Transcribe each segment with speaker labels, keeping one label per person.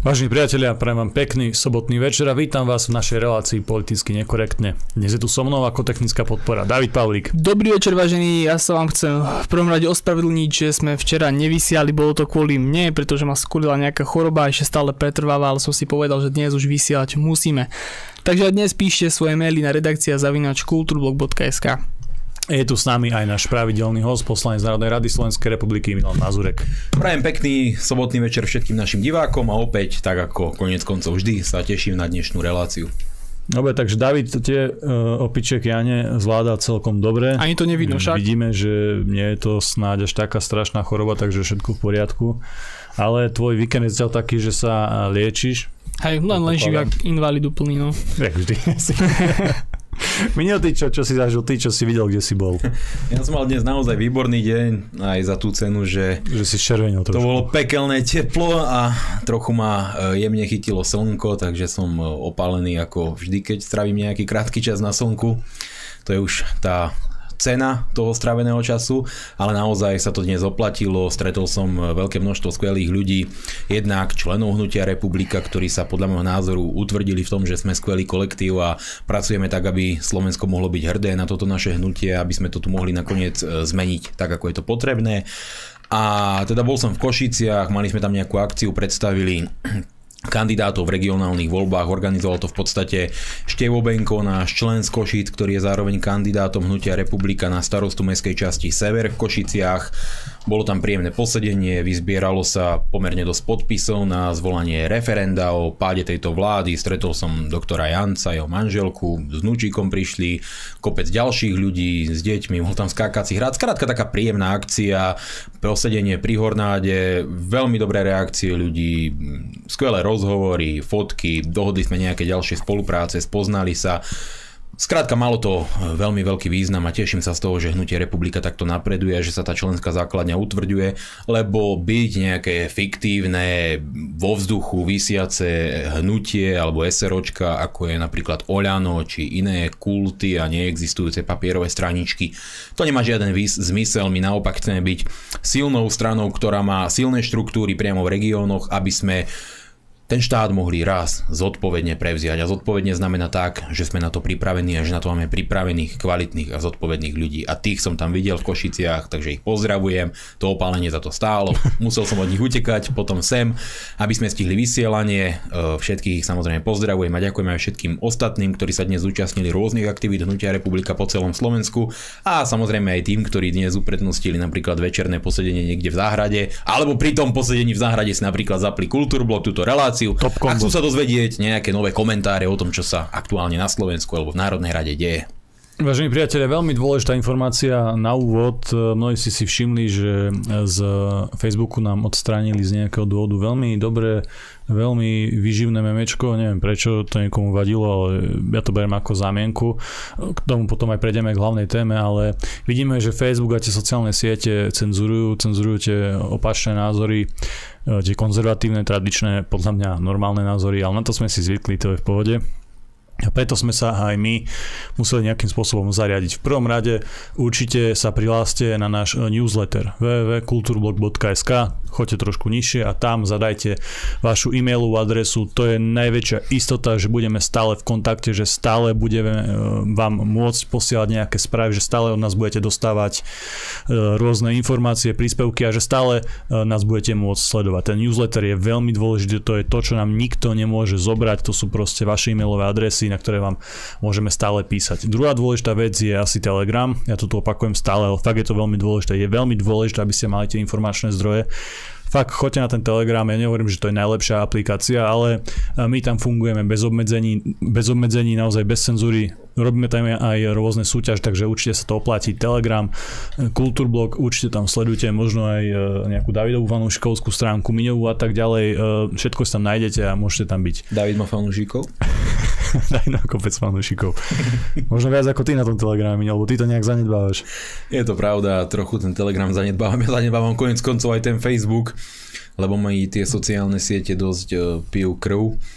Speaker 1: Vážení priatelia, prajem vám pekný sobotný večer a vítam vás v našej relácii Politicky nekorektne. Dnes je tu so mnou ako technická podpora David Pavlík.
Speaker 2: Dobrý večer, vážení, ja sa vám chcem v prvom rade ospravedlniť, že sme včera nevysiali, bolo to kvôli mne, pretože ma skurila nejaká choroba, ešte stále pretrváva, ale som si povedal, že dnes už vysielať musíme. Takže dnes píšte svoje maily na redakcia@kulturblog.sk.
Speaker 1: Je tu s nami aj náš pravidelný host, poslanec Národnej rady Slovenskej republiky Milan Mazurek.
Speaker 3: Prajem pekný sobotný večer všetkým našim divákom a opäť, tak ako koniec koncov vždy, sa teším na dnešnú reláciu.
Speaker 1: Dobre, takže David tie opiček Jane zvláda celkom dobre.
Speaker 2: Ani to nevidno však.
Speaker 1: Vidíme, že nie je to snáď až taká strašná choroba, takže všetko v poriadku. Ale tvoj víkend je taký, že sa liečíš.
Speaker 2: Hej, len ležím jak invalid úplný, no.
Speaker 1: Jak vždy. Minul ty, čo si zažil, ty, čo si videl, kde si bol.
Speaker 3: Ja som mal dnes naozaj výborný deň, aj za tú cenu, že
Speaker 1: si červenil trošku.
Speaker 3: To bolo pekelné teplo a trochu ma jemne chytilo slnko, takže som opálený ako vždy, keď strávim nejaký krátky čas na slnku. To je už tá cena toho stráveného času, ale naozaj sa to dnes oplatilo. Stretol som veľké množstvo skvelých ľudí, jednak členov Hnutia Republika, ktorí sa podľa môjho názoru utvrdili v tom, že sme skvelý kolektív a pracujeme tak, aby Slovensko mohlo byť hrdé na toto naše hnutie, aby sme to tu mohli nakoniec zmeniť tak, ako je to potrebné. A teda bol som v Košiciach, mali sme tam nejakú akciu, predstavili kandidátov v regionálnych voľbách, organizoval to v podstate Števo Benko, náš člen z Košíc, ktorý je zároveň kandidátom Hnutia Republika na starostu mestskej časti Sever v Košiciach. Bolo tam príjemné posedenie, vyzbieralo sa pomerne dosť podpisov na zvolanie referenda o páde tejto vlády. Stretol som doktora Janca, jeho manželku, s vnúčikom prišli, kopec ďalších ľudí s deťmi, mohol tam skákací hrad. Skrátka taká príjemná akcia, posedenie pri Hornáde, veľmi dobré reakcie ľudí, skvelé rozhovory, fotky, dohodli sme nejaké ďalšie spolupráce, spoznali sa. Skrátka, malo to veľmi veľký význam a teším sa z toho, že Hnutie Republika takto napreduje, že sa tá členská základňa utvrďuje, lebo byť nejaké fiktívne, vo vzduchu visiace hnutie alebo SROčka, ako je napríklad Oľano či iné kulty a neexistujúce papierové straničky, to nemá žiaden zmysel. My naopak chceme byť silnou stranou, ktorá má silné štruktúry priamo v regiónoch, aby sme ten štát mohli raz zodpovedne prevziať. A zodpovedne znamená tak, že sme na to pripravení a že na to máme pripravených, kvalitných a zodpovedných ľudí. A tých som tam videl v Košiciach, takže ich pozdravujem. To opálenie za to stálo. Musel som od nich utekať, potom sem, aby sme stihli vysielanie. Všetkých ich samozrejme pozdravujem a ďakujem aj všetkým ostatným, ktorí sa dnes zúčastnili rôznych aktivít Hnutia Republika po celom Slovensku. A samozrejme aj tým, ktorí dnes uprednostnili napríklad večerné posedenie niekde v záhrade, alebo pri tom posedení v záhrade si napríklad zapli Kultúrblog, túto reláciu. Ak chcú sa dozvedieť nejaké nové komentáre o tom, čo sa aktuálne na Slovensku alebo v Národnej rade deje.
Speaker 1: Vážení priatelia, veľmi dôležitá informácia na úvod. Mnohí si všimli, že z Facebooku nám odstránili z nejakého dôvodu veľmi dobré, veľmi výživné memečko. Neviem prečo to niekomu vadilo, ale ja to beriem ako zámienku. K tomu potom aj prejdeme k hlavnej téme, ale vidíme, že Facebook a tie sociálne siete cenzurujú tie opačné názory, tie konzervatívne, tradičné, podľa mňa normálne názory, ale na to sme si zvykli, to je v pohode. A preto sme sa aj my museli nejakým spôsobom zariadiť. V prvom rade určite sa prihláste na náš newsletter www.kulturblog.sk, choďte trošku nižšie a tam zadajte vašu e-mailovú adresu. To je najväčšia istota, že budeme stále v kontakte, že stále budeme vám môcť posielať nejaké správy, že stále od nás budete dostávať rôzne informácie, príspevky a že stále nás budete môcť sledovať. Ten newsletter je veľmi dôležitý, to je to, čo nám nikto nemôže zobrať, to sú proste vaše e-mailové adresy, na ktoré vám môžeme stále písať. Druhá dôležitá vec je asi Telegram. Ja to tu opakujem stále, ale fakt je to veľmi dôležité. Je veľmi dôležité, aby ste mali tie informačné zdroje. Fakt, choďte na ten Telegram, ja nehovorím, že to je najlepšia aplikácia, ale my tam fungujeme bez obmedzení, naozaj bez cenzúry. Robíme tam aj rôzne súťaž, takže určite sa to oplatí. Telegram, Kultúrblog, určite tam sledujte, možno aj nejakú Davidovú fanúšikovskú stránku, Miňovú a tak ďalej. Všetko si tam nájdete a môžete tam byť.
Speaker 3: David má fanúšikov?
Speaker 1: David má kopec fanúšikov. Možno viac ako ty na tom Telegrame, Miňo, lebo ty to nejak zanedbávaš.
Speaker 3: Je to pravda, trochu ten Telegram zanedbávam. Ja zanedbávam koniec koncov aj ten Facebook, lebo mi tie sociálne siete dosť pijú krv.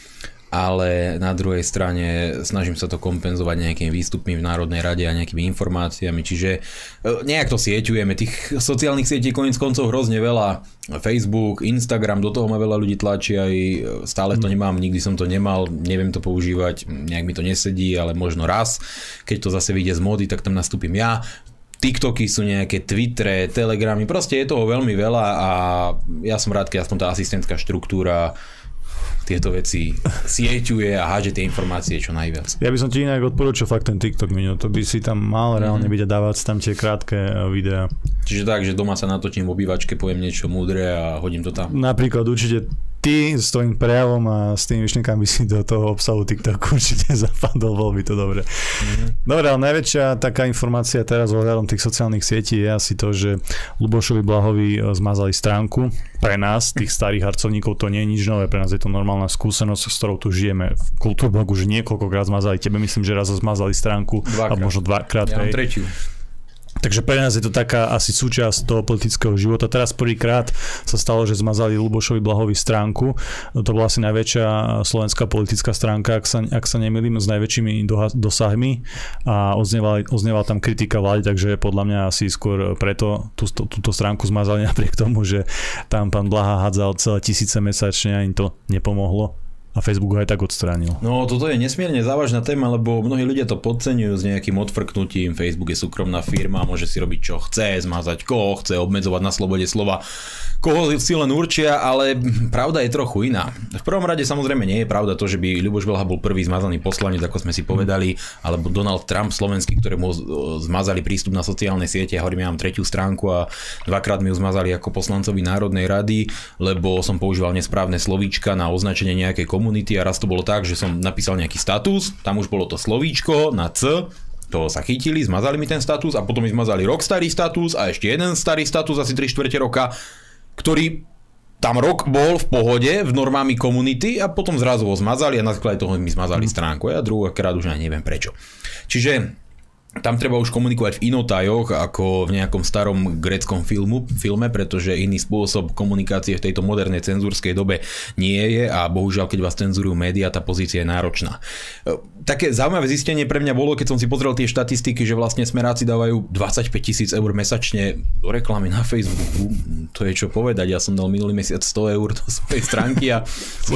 Speaker 3: ale na druhej strane snažím sa to kompenzovať nejakými výstupmi v Národnej rade a nejakými informáciami, čiže nejak to sieťujeme. Tých sociálnych sietí koniec koncov hrozne veľa. Facebook, Instagram, do toho ma veľa ľudí tlačí, aj stále to nemám, nikdy som to nemal, neviem to používať, nejak mi to nesedí, ale možno raz, keď to zase vyjde z módy, tak tam nastúpim ja. TikToky sú nejaké Twittere, Telegramy, proste je toho veľmi veľa a ja som rád, keď aspoň tá asistentská štruktúra tieto veci sieťuje a háže tie informácie čo najviac.
Speaker 1: Ja by som ti inak odporúčil fakt ten TikTok, Miňo, to by si tam mal reálne byť a dávať tam tie krátke videá.
Speaker 3: Čiže tak, že doma sa natočím v obývačke, poviem niečo múdre a hodím to tam.
Speaker 1: Napríklad určite ty s tvojím prejavom a s tými myšlienkami by si do toho obsahu TikToku určite zapadol, bol by to dobre. Dobre, ale najväčšia taká informácia teraz ohľadom tých sociálnych sietí je asi to, že Ľubošovi Blahovi zmazali stránku. Pre nás, tých starých harcovníkov, to nie je nič nové, pre nás je to normálna skúsenosť, s ktorou tu žijeme. V Kultúrblogu už niekoľkokrát zmazali, tebe myslím, že raz zmazali stránku, a možno dvakrát.
Speaker 3: Ja mám tretiu.
Speaker 1: Takže pre nás je to taká asi súčasť toho politického života. Teraz prvýkrát sa stalo, že zmazali Ľubošovi Blahovi stránku. To bola asi najväčšia slovenská politická stránka, ak sa nemýlim, s najväčšími dosahmi a oznievala tam kritika vlády, takže podľa mňa asi skôr preto túto stránku zmazali napriek tomu, že tam pán Blaha hádzal celé tisíce mesačne a im to nepomohlo. A Facebook ho aj tak odstránil.
Speaker 3: No toto je nesmierne závažná téma, lebo mnohí ľudia to podceňujú s nejakým odfrknutím. Facebook je súkromná firma, môže si robiť čo chce, zmazať koho chce, obmedzovať na slobode slova, koho si len určia, ale pravda je trochu iná. V prvom rade samozrejme nie je pravda to, že by Ľuboš Blaha bol prvý zmazaný poslanec, ako sme si povedali, alebo Donald Trump slovenský, ktorému zmazali prístup na sociálne siete. Ja hovorím, ja mám tretiu stránku a dvakrát mi ju zmazali ako poslancovi Národnej rady, lebo som používal nesprávne slovíčka na označenie nejakej komunity a raz to bolo tak, že som napísal nejaký status, tam už bolo to slovíčko na C, to sa chytili, zmazali mi ten status a potom mi zmazali rok starý status a ešte jeden starý status asi 3/4 roka, ktorý tam rok bol v pohode, v normami komunity a potom zrazu ho zmazali a na základe toho mi zmazali stránku. Ja druhýkrát už aj neviem prečo. Čiže tam treba už komunikovať v inotajoch ako v nejakom starom gréckom filme, pretože iný spôsob komunikácie v tejto modernej cenzúrskej dobe nie je a bohužiaľ, keď vás cenzurujú médiá, tá pozícia je náročná. Také zaujímavé zistenie pre mňa bolo, keď som si pozrel tie štatistiky, že vlastne smeráci dávajú 25 000 eur mesačne do reklamy na Facebooku. To je čo povedať, ja som dal minulý mesiac 100 eur do svojej stránky a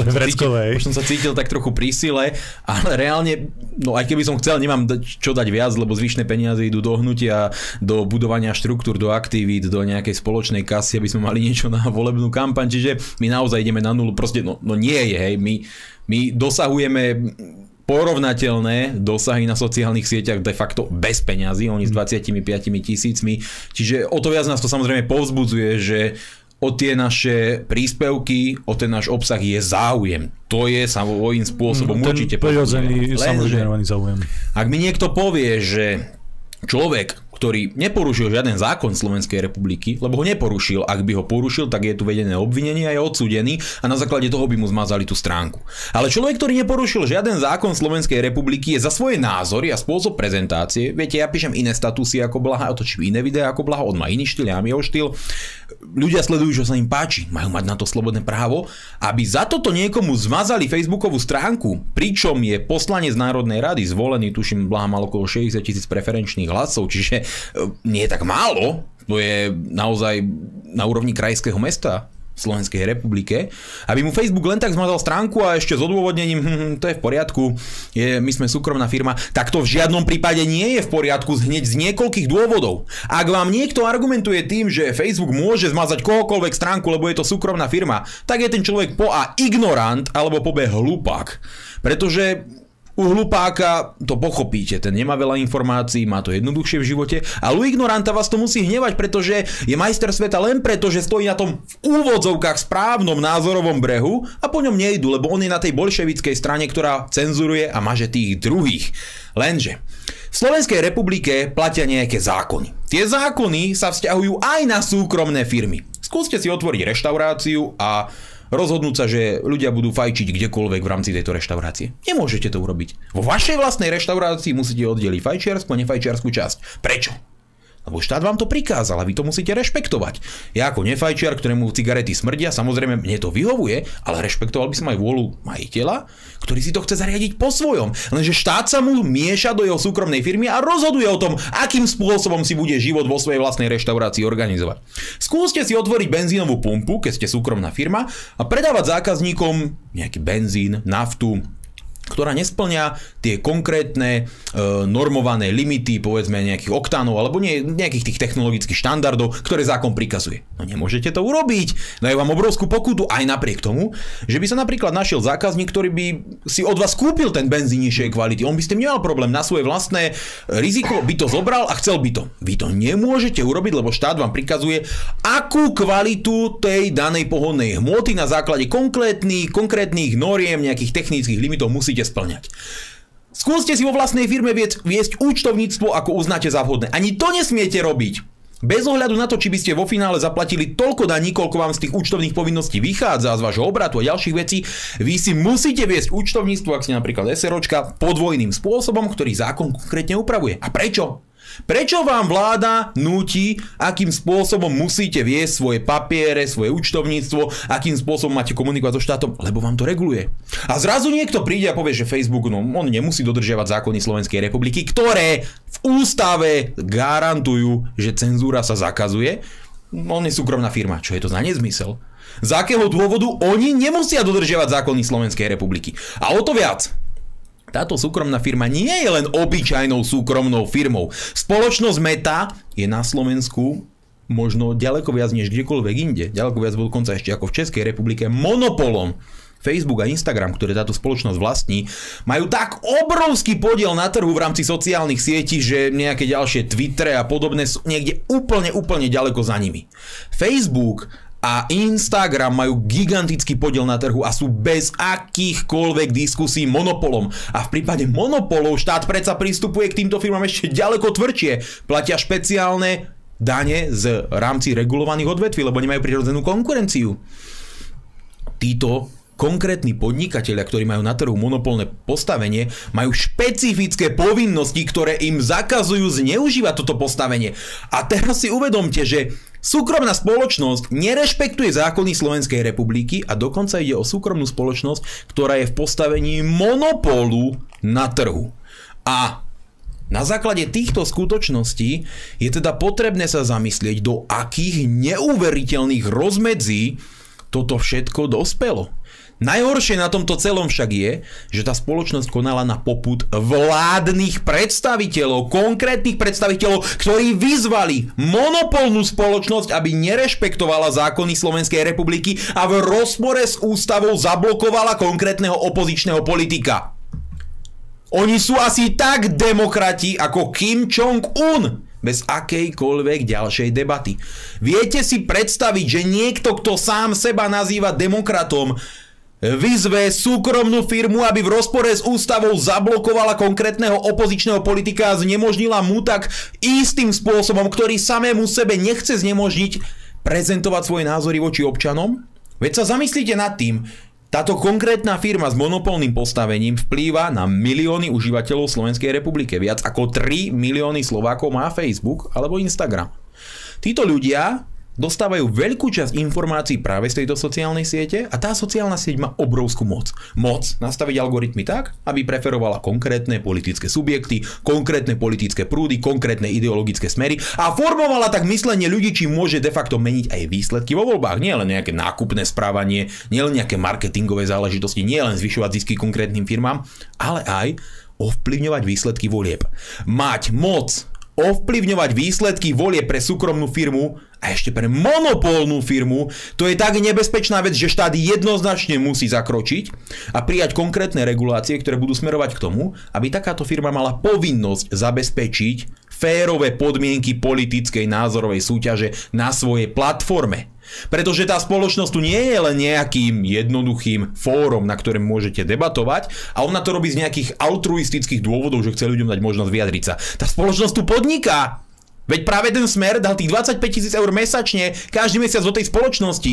Speaker 3: už som sa cítil tak trochu pri sile, ale reálne, no aj keby som chcel, nemám čo dať viac, lebo zvyšné peniaze idú do hnutia, do budovania štruktúr, do aktivít, do nejakej spoločnej kasy, aby sme mali niečo na volebnú kampaň, čiže my naozaj ideme na nulu, proste no nie je, hej, my dosahujeme porovnateľné dosahy na sociálnych sieťach de facto bez peňazí, oni s 25 000, čiže o to viac nás to samozrejme povzbudzuje, že o tie naše príspevky, o ten náš obsah je záujem. To je svojím spôsobom určite
Speaker 1: prirodzený, samozrejme záujem.
Speaker 3: Ak mi niekto povie, že človek, ktorý neporušil žiaden zákon Slovenskej republiky, lebo ho neporušil, ak by ho porušil, tak je tu vedené obvinenie a je odsúdený a na základe toho by mu zmazali tú stránku. Ale človek, ktorý neporušil žiaden zákon Slovenskej republiky, je za svoje názory a spôsob prezentácie, viete, ja píšem iné statusy ako Blaha, otočím iné videá ako Blaha, on má iný štýl, ja mám jeho štýl. Ľudia sledujú, čo sa im páči, majú mať na to slobodné právo, aby za toto niekomu zmazali Facebookovú stránku, pričom je poslanec Národnej rady zvolený, tuším, Blaha mal okolo 60 000 preferenčných hlasov, čiže nie je tak málo, to je naozaj na úrovni krajského mesta v Slovenskej republike, aby mu Facebook len tak zmazal stránku a ešte s odôvodnením, to je v poriadku, my sme súkromná firma, tak to v žiadnom prípade nie je v poriadku hneď z niekoľkých dôvodov. Ak vám niekto argumentuje tým, že Facebook môže zmazať kohokoľvek stránku, lebo je to súkromná firma, tak je ten človek po A ignorant alebo po B hlupák. Pretože u hlupáka to pochopíte, ten nemá veľa informácií, má to jednoduchšie v živote, ale u ignoranta vás to musí hnevať, pretože je majster sveta len preto, že stojí na tom v úvodzovkách správnom názorovom brehu a po ňom nejdu, lebo on je na tej bolševickej strane, ktorá cenzuruje a maže tých druhých. Lenže v Slovenskej republike platia nejaké zákony. Tie zákony sa vzťahujú aj na súkromné firmy. Skúste si otvoriť reštauráciu a rozhodnúť sa, že ľudia budú fajčiť kdekoľvek v rámci tejto reštaurácie. Nemôžete to urobiť. Vo vašej vlastnej reštaurácii musíte oddeliť fajčiarsku a nefajčiarsku časť. Prečo? Lebo štát vám to prikázal a vy to musíte rešpektovať. Ja ako nefajčiar, ktorému cigarety smrdia, samozrejme mne to vyhovuje, ale rešpektoval by som aj vôľu majiteľa, ktorý si to chce zariadiť po svojom. Lenže štát sa mu mieša do jeho súkromnej firmy a rozhoduje o tom, akým spôsobom si bude život vo svojej vlastnej reštaurácii organizovať. Skúste si otvoriť benzínovú pumpu, keď ste súkromná firma, a predávať zákazníkom nejaký benzín, naftu, ktorá nesplňa tie konkrétne normované limity, povedzme nejakých oktánov alebo nejakých tých technologických štandardov, ktoré zákon prikazuje. No nemôžete to urobiť. Dajú vám obrovskú pokutu aj napriek tomu, že by sa napríklad našiel zákazník, ktorý by si od vás kúpil ten benzín nižšej kvality. On by s tým nemal problém, na svoje vlastné riziko by to zobral a chcel by to. Vy to nemôžete urobiť, lebo štát vám prikazuje, akú kvalitu tej danej pohonnej hmoty na základe konkrétnych noriem, nejakých technických limitov musíte splňať. Skúste si vo vlastnej firme viesť účtovníctvo, ako uznáte za vhodné. Ani to nesmiete robiť. Bez ohľadu na to, či by ste vo finále zaplatili toľko daní, koľko vám z tých účtovných povinností vychádza z vášho obratu a ďalších vecí, vy si musíte viesť účtovníctvo, ak ste napríklad SROčka, podvojným spôsobom, ktorý zákon konkrétne upravuje. A prečo? Prečo vám vláda núti, akým spôsobom musíte viesť svoje papiere, svoje účtovníctvo, akým spôsobom máte komunikovať so štátom? Lebo vám to reguluje. A zrazu niekto príde a povie, že Facebook, no on nemusí dodržiavať zákony Slovenskej republiky, ktoré v ústave garantujú, že cenzúra sa zakazuje. On je súkromná firma. Čo je to za nezmysel? Z akého dôvodu oni nemusia dodržiavať zákony Slovenskej republiky? A o to viac. Táto súkromná firma nie je len obyčajnou súkromnou firmou. Spoločnosť Meta je na Slovensku možno ďaleko viac než kdekoľvek inde. Ďaleko viac dokonca ešte ako v Českej republike monopolom. Facebook a Instagram, ktoré táto spoločnosť vlastní, majú tak obrovský podiel na trhu v rámci sociálnych sietí, že nejaké ďalšie Twittere a podobné sú niekde úplne ďaleko za nimi. Facebook a Instagram majú gigantický podiel na trhu a sú bez akýchkoľvek diskusí monopolom. A v prípade monopolov štát predsa pristupuje k týmto firmám ešte ďaleko tvrdšie. Platia špeciálne dane z rámci regulovaných odvetví, lebo nemajú prirodzenú konkurenciu. Títo konkrétni podnikatelia, ktorí majú na trhu monopolné postavenie, majú špecifické povinnosti, ktoré im zakazujú zneužívať toto postavenie. A teraz si uvedomte, že súkromná spoločnosť nerešpektuje zákony Slovenskej republiky a dokonca ide o súkromnú spoločnosť, ktorá je v postavení monopolu na trhu. A na základe týchto skutočností je teda potrebné sa zamyslieť, do akých neuveriteľných rozmedzí toto všetko dospelo. Najhoršie na tomto celom však je, že tá spoločnosť konala na popud vládnych predstaviteľov, konkrétnych predstaviteľov, ktorí vyzvali monopolnú spoločnosť, aby nerešpektovala zákony Slovenskej republiky a v rozpore s ústavou zablokovala konkrétneho opozičného politika. Oni sú asi tak demokrati ako Kim Jong-un, bez akejkoľvek ďalšej debaty. Viete si predstaviť, že niekto, kto sám seba nazýva demokratom, vyzve súkromnú firmu, aby v rozpore s ústavou zablokovala konkrétneho opozičného politika a znemožnila mu tak istým spôsobom, ktorý samému sebe nechce znemožniť, prezentovať svoje názory voči občanom? Veď sa zamyslite nad tým, táto konkrétna firma s monopolným postavením vplýva na milióny užívateľov Slovenskej republike. Viac ako 3 milióny Slovákov má Facebook alebo Instagram. Títo ľudia dostávajú veľkú časť informácií práve z tejto sociálnej siete a tá sociálna sieť má obrovskú moc. Moc nastaviť algoritmy tak, aby preferovala konkrétne politické subjekty, konkrétne politické prúdy, konkrétne ideologické smery a formovala tak myslenie ľudí, či môže de facto meniť aj výsledky vo voľbách. Nie len nejaké nákupné správanie, nie len nejaké marketingové záležitosti, nie len zvyšovať zisky konkrétnym firmám, ale aj ovplyvňovať výsledky volieb. Mať moc ovplyvňovať výsledky volie pre súkromnú firmu a ešte pre monopolnú firmu, to je tak nebezpečná vec, že štát jednoznačne musí zakročiť a prijať konkrétne regulácie, ktoré budú smerovať k tomu, aby takáto firma mala povinnosť zabezpečiť férové podmienky politickej názorovej súťaže na svojej platforme. Pretože tá spoločnosť tu nie je len nejakým jednoduchým fórom, na ktorém môžete debatovať a ona to robí z nejakých altruistických dôvodov, že chce ľuďom dať možnosť vyjadriť sa. Tá spoločnosť tu podniká. Veď práve ten Smer dal tých 25 000 eur mesačne každý mesiac do tej spoločnosti.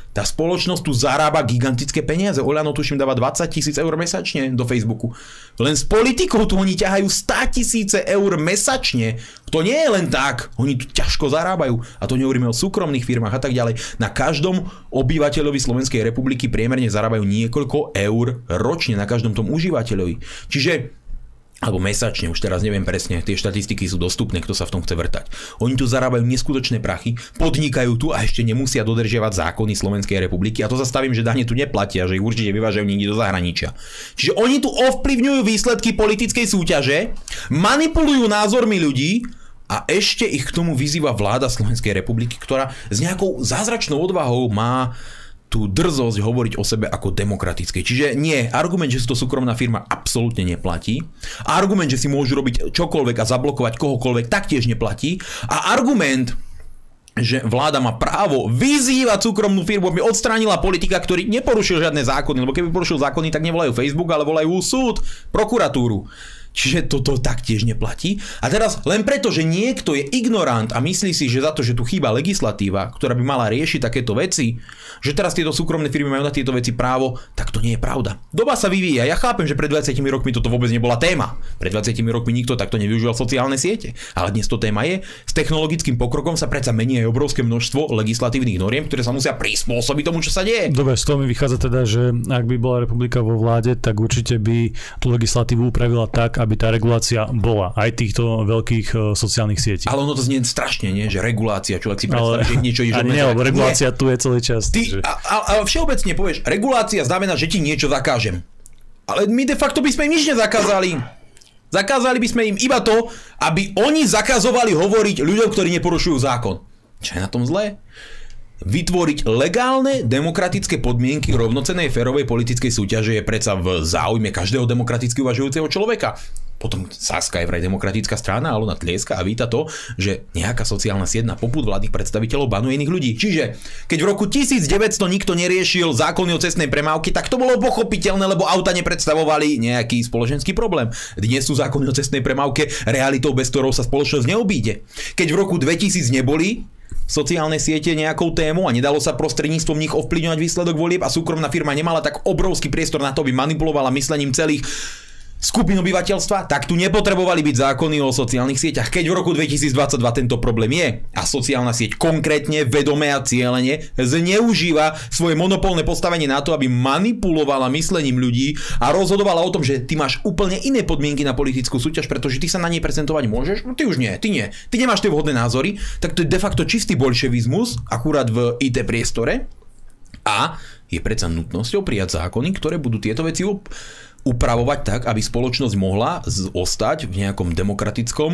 Speaker 3: Tá spoločnosť tu zarába gigantické peniaze. Oľano tuším dáva 20 000 eur mesačne do Facebooku. Len s politikou tu oni ťahajú 100 000 eur mesačne. To nie je len tak. Oni tu ťažko zarábajú. A to nehovoríme o súkromných firmách a tak ďalej. Na každom obyvateľovi Slovenskej republiky priemerne zarábajú niekoľko eur ročne na každom tom užívateľovi. Čiže alebo mesačne, už teraz neviem presne, tie štatistiky sú dostupné, kto sa v tom chce vrtať. Oni tu zarábajú neskutočné prachy, podnikajú tu a ešte nemusia dodržiavať zákony Slovenskej republiky a to zastavím, že dane tu neplatia, že ich určite vyvážajú niekde do zahraničia. Čiže oni tu ovplyvňujú výsledky politickej súťaže, manipulujú názormi ľudí a ešte ich k tomu vyzýva vláda Slovenskej republiky, ktorá s nejakou zázračnou odvahou má tú drzosť hovoriť o sebe ako demokratickej. Čiže nie, argument, že si to súkromná firma absolútne neplatí. Argument, že si môžu robiť čokoľvek a zablokovať kohokoľvek, taktiež neplatí. A argument, že vláda má právo vyzývať súkromnú firmu, aby odstránila politika, ktorý neporušil žiadne zákony, lebo keby porušil zákony, tak nevolajú Facebook, ale volajú súd, prokuratúru. Čiže toto taktiež neplatí. A teraz len preto, že niekto je ignorant a myslí si, že za to, že tu chýba legislatíva, ktorá by mala riešiť takéto veci, že teraz tieto súkromné firmy majú na tieto veci právo, tak to nie je pravda. Doba sa vyvíja. Ja chápem, že pred 20 rokmi toto vôbec nebola téma. Pred 20 rokmi nikto takto nevyužíval sociálne siete. Ale dnes to téma je. S technologickým pokrokom sa predsa mení aj obrovské množstvo legislatívnych noriem, ktoré sa musia prispôsobiť tomu, čo sa deje.
Speaker 1: Dobre, z toho mi vychádza teda, že ak by bola republika vo vláde, tak určite by tú legislatívu upravila tak, aby tá regulácia bola aj týchto veľkých sociálnych sietí. Ale
Speaker 3: ono to znie strašne, nie? Že regulácia, človek si predstaví, že niečo je
Speaker 1: nie, lebo regulácia tu je celý čas.
Speaker 3: A všeobecne povieš, regulácia znamená, že ti niečo zakážem. Ale my de facto by sme im nič nezakázali. Zakázali by sme im iba to, aby oni zakazovali hovoriť ľuďom, ktorí neporušujú zákon. Čo je na tom zlé? Vytvoriť legálne demokratické podmienky rovnocennej férovej politickej súťaže je predsa v záujme každého demokraticky uvažujúceho človeka. Potom Saska je vraj demokratická strana, ale ona tlieska a víta to, že nejaká sociálna sieť na popud vládnych predstaviteľov banuje iných ľudí. Čiže keď v roku 1900 nikto neriešil zákony o cestnej premávke, tak to bolo pochopiteľné, lebo auta nepredstavovali nejaký spoločenský problém. Dnes sú zákony o cestnej premávke realitou, bez ktorou sa spoločnosť neobíde. Keď v roku 2000 neboli sociálne siete nejakou tému a nedalo sa prostredníctvom nich ovplyvňovať výsledok volieb a súkromná firma nemala tak obrovský priestor na to, aby manipulovala myslením celých skupín obyvateľstva, tak tu nepotrebovali byť zákony o sociálnych sieťach. Keď v roku 2022 tento problém je a sociálna sieť konkrétne, vedome a cielene zneužíva svoje monopolné postavenie na to, aby manipulovala myslením ľudí a rozhodovala o tom, že ty máš úplne iné podmienky na politickú súťaž, pretože ty sa na nej prezentovať môžeš, no ty už nie, ty nemáš tie vhodné názory, tak to je de facto čistý bolševizmus, akurát v IT priestore a je predsa nutnosťou prijať zákony, ktoré budú tieto veci upravovať tak, aby spoločnosť mohla ostať v nejakom demokratickom,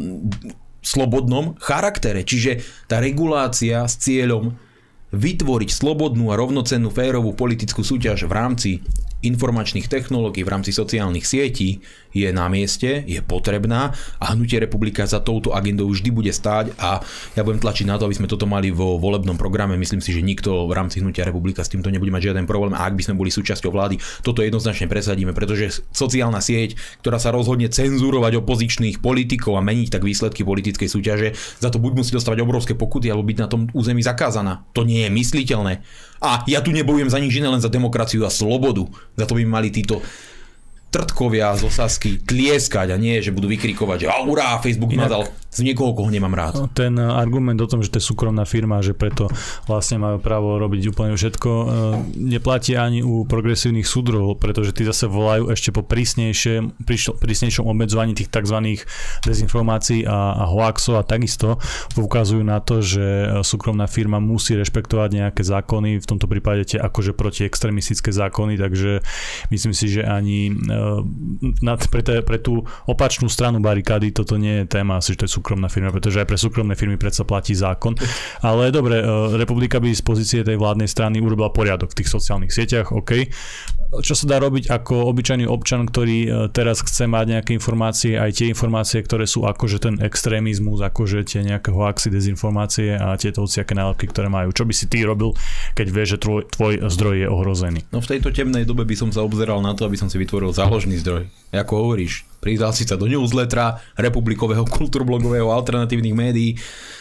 Speaker 3: slobodnom charaktere. Čiže tá regulácia s cieľom vytvoriť slobodnú a rovnocennú férovú politickú súťaž v rámci informačných technológií, v rámci sociálnych sietí je na mieste, je potrebná a Hnutie Republika za touto agendou vždy bude stáť a ja budem tlačiť na to, aby sme toto mali vo volebnom programe. Myslím si, že nikto v rámci Hnutia Republika s týmto nebude mať žiaden problém a ak by sme boli súčasťou vlády, toto jednoznačne presadíme, pretože sociálna sieť, ktorá sa rozhodne cenzurovať opozičných politikov a meniť tak výsledky politickej súťaže, za to buď musí dostávať obrovské pokuty alebo byť na tom území zakázaná. To nie je mysliteľné. A ja tu nebojujem za nič iné, len za demokraciu a slobodu. Za to by mali títo trtkovia z Osasky tlieskať a nie, že budú vykrikovať, že urá, Facebook ma dal z niekoho, koho nemám rád.
Speaker 1: Ten argument o tom, že to je súkromná firma, že preto vlastne majú právo robiť úplne všetko, neplatí ani u progresívnych súdrov, pretože tí zase volajú ešte po prísnejšom obmedzovaní tých tzv. Dezinformácií a hoaxov a takisto poukazujú na to, že súkromná firma musí rešpektovať nejaké zákony, v tomto prípade tie akože protiextremistické zákony, takže myslím si, že ani pre tú opačnú stranu barikády toto nie je téma, asi, že to je súkromná firma, pretože aj pre súkromné firmy predsa platí zákon. Ale dobre, republika by z pozície tej vládnej strany urobila poriadok v tých sociálnych sieťach, OK. Čo sa dá robiť ako obyčajný občan, ktorý teraz chce mať nejaké informácie, aj tie informácie, ktoré sú akože ten extrémizmus, akože tie nejaké hoaxy, dezinformácie a tieto hociaké nálepky, ktoré majú. Čo by si ty robil, keď vieš, že tvoj zdroj je ohrozený?
Speaker 3: No v tejto temnej dobe by som sa obzeral na to, aby som si vytvoril záložný zdroj. Ako hovoríš, pridal si sa do newslettera republikového, kultúrblogového, alternatívnych médií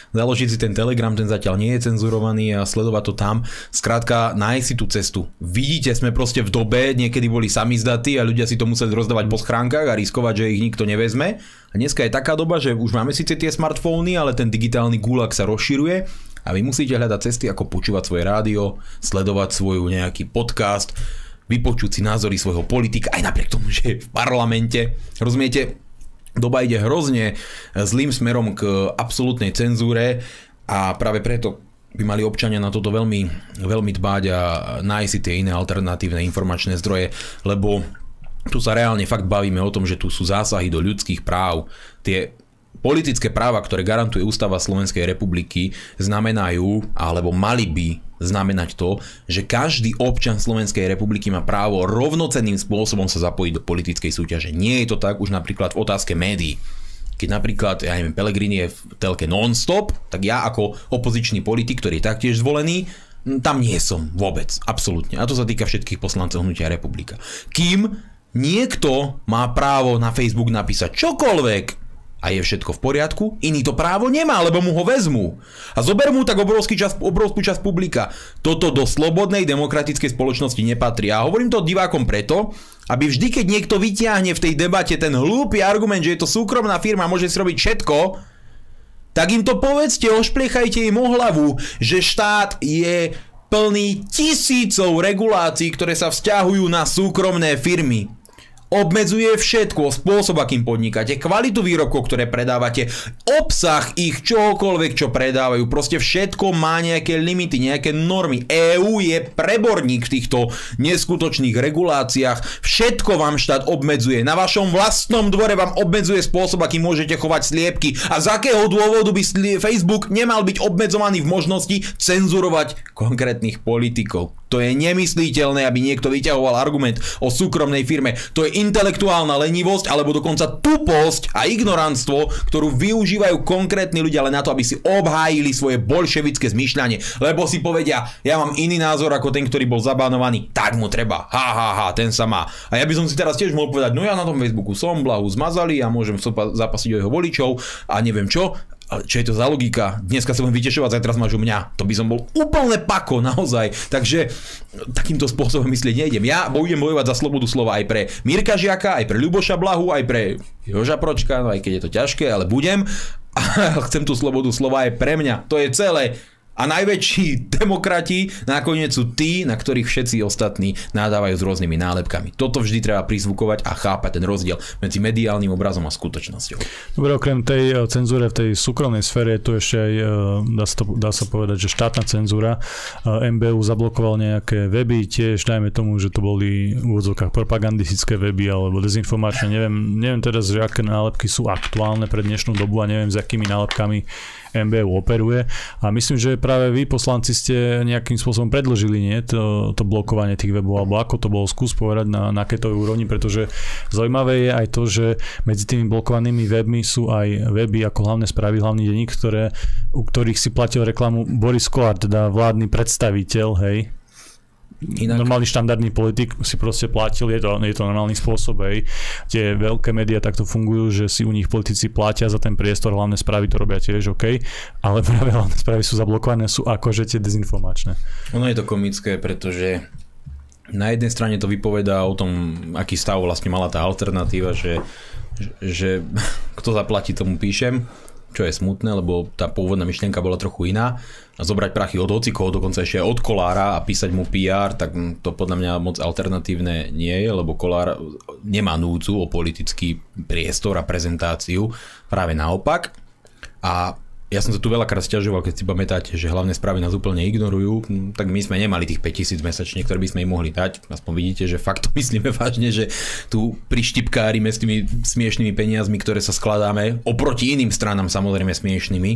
Speaker 3: založiť si ten Telegram, ten zatiaľ nie je cenzurovaný a sledovať to tam. Skrátka, nájsť si tú cestu. Vidíte, sme proste v dobe, niekedy boli samizdatí a ľudia si to museli rozdávať po schránkach a riskovať, že ich nikto nevezme. A dneska je taká doba, že už máme síce tie smartfóny, ale ten digitálny gulag sa rozširuje a vy musíte hľadať cesty, ako počúvať svoje rádio, sledovať svoj nejaký podcast, vypočuť si názory svojho politika, aj napriek tomu, že je v parlamente. Rozumiete? Doba ide hrozne zlým smerom k absolútnej cenzúre a práve preto by mali občania na toto veľmi, veľmi dbať a nájsť si tie iné alternatívne informačné zdroje, lebo tu sa reálne fakt bavíme o tom, že tu sú zásahy do ľudských práv. Tie politické práva, ktoré garantuje Ústava Slovenskej republiky, znamenajú, alebo mali by znamenať to, že každý občan Slovenskej republiky má právo rovnocenným spôsobom sa zapojiť do politickej súťaže. Nie je to tak už napríklad v otázke médií. Keď napríklad, ja neviem, Pellegrini je v telke Non-Stop, tak ja ako opozičný politik, ktorý je taktiež zvolený, tam nie som vôbec, absolútne. A to sa týka všetkých poslancov Hnutia Republika. Kým niekto má právo na Facebook napísať čokoľvek, a je všetko v poriadku, iný to právo nemá, lebo mu ho vezmú. A zoberú mu tak obrovskú časť publika. Toto do slobodnej demokratickej spoločnosti nepatrí. A hovorím to divákom preto, aby vždy, keď niekto vyťahne v tej debate ten hlúpy argument, že je to súkromná firma, môže si robiť všetko, tak im to povedzte, ošpliechajte im o hlavu, že štát je plný tisícov regulácií, ktoré sa vzťahujú na súkromné firmy. Obmedzuje všetko, spôsob, akým podnikáte, kvalitu výrobkov, ktoré predávate, obsah ich čohokoľvek, čo predávajú. Proste všetko má nejaké limity, nejaké normy. EÚ je preborník v týchto neskutočných reguláciách. Všetko vám štát obmedzuje. Na vašom vlastnom dvore vám obmedzuje spôsob, akým môžete chovať sliepky. A z akého dôvodu by Facebook nemal byť obmedzovaný v možnosti cenzurovať konkrétnych politikov? To je nemysliteľné, aby niekto vyťahoval argument o súkromnej firme. To je intelektuálna lenivosť alebo dokonca tuposť a ignorantstvo, ktorú využívajú konkrétni ľudia len na to, aby si obhájili svoje bolševické zmýšľanie. Lebo si povedia, ja mám iný názor ako ten, ktorý bol zabánovaný, tak mu treba. Ten sa má. A ja by som si teraz tiež mohol povedať, no ja na tom Facebooku som, Blahu zmazali a môžem zapasiť o jeho voličov a neviem čo. Ale čo je to za logika? Dneska sa budem vytešovať, zajtra zmažu mňa. To by som bol úplne pako, naozaj. Takže takýmto spôsobom myslieť nejdem. Ja budem bojovať za slobodu slova aj pre Mirka Žiaka, aj pre Ľuboša Blahu, aj pre Joža Pročka, no aj keď je to ťažké, ale budem. A chcem tú slobodu slova aj pre mňa. To je celé. A najväčší demokrati nakoniec sú tí, na ktorých všetci ostatní nadávajú s rôznymi nálepkami. Toto vždy treba prizvukovať a chápať ten rozdiel medzi mediálnym obrazom a skutočnosťou.
Speaker 1: Dobre, okrem tej cenzúre v tej súkromnej sfére je tu ešte aj, dá sa povedať, že štátna cenzúra. MBU zablokoval nejaké weby, tiež dajme tomu, že to boli v úvodzovkách propagandistické weby alebo dezinformačné. Neviem teraz, že aké nálepky sú aktuálne pre dnešnú dobu a neviem, s akými nálepkami MBU operuje. A myslím, že práve vy, poslanci, ste nejakým spôsobom predĺžili to blokovanie tých webov, alebo ako to bolo, skús povedať na aké to úrovni, pretože zaujímavé je aj to, že medzi tými blokovanými webmi sú aj weby ako Hlavné správy, Hlavný denník, u ktorých si platil reklamu Boris Kollár, teda vládny predstaviteľ, hej. Inak. Normálny štandardný politik si proste platil, je to normálny spôsob, hej. Tie veľké médiá takto fungujú, že si u nich politici platia za ten priestor, Hlavné správy to robia tiež, OK, ale práve Hlavné správy sú zablokované, sú akože tie dezinformačné.
Speaker 3: Ono je to komické, pretože na jednej strane to vypovedá o tom, aký stav vlastne mala tá alternatíva, že kto zaplatí, tomu píšem, čo je smutné, lebo tá pôvodná myšlienka bola trochu iná. A zobrať prachy od hocikoho, dokonca ešte aj od Kollára a písať mu PR, tak to podľa mňa moc alternatívne nie je, lebo Kollár nemá núdzu o politický priestor a prezentáciu, práve naopak. A ja som sa tu veľakrát sťažoval, keď si pamätáte, že Hlavné správy nás úplne ignorujú, tak my sme nemali tých 5000 mesačne, ktoré by sme im mohli dať. Aspoň vidíte, že fakt to myslíme vážne, že tu prištipkárime s tými smiešnými peniazmi, ktoré sa skladáme, oproti iným stranám samozrejme smiešnými.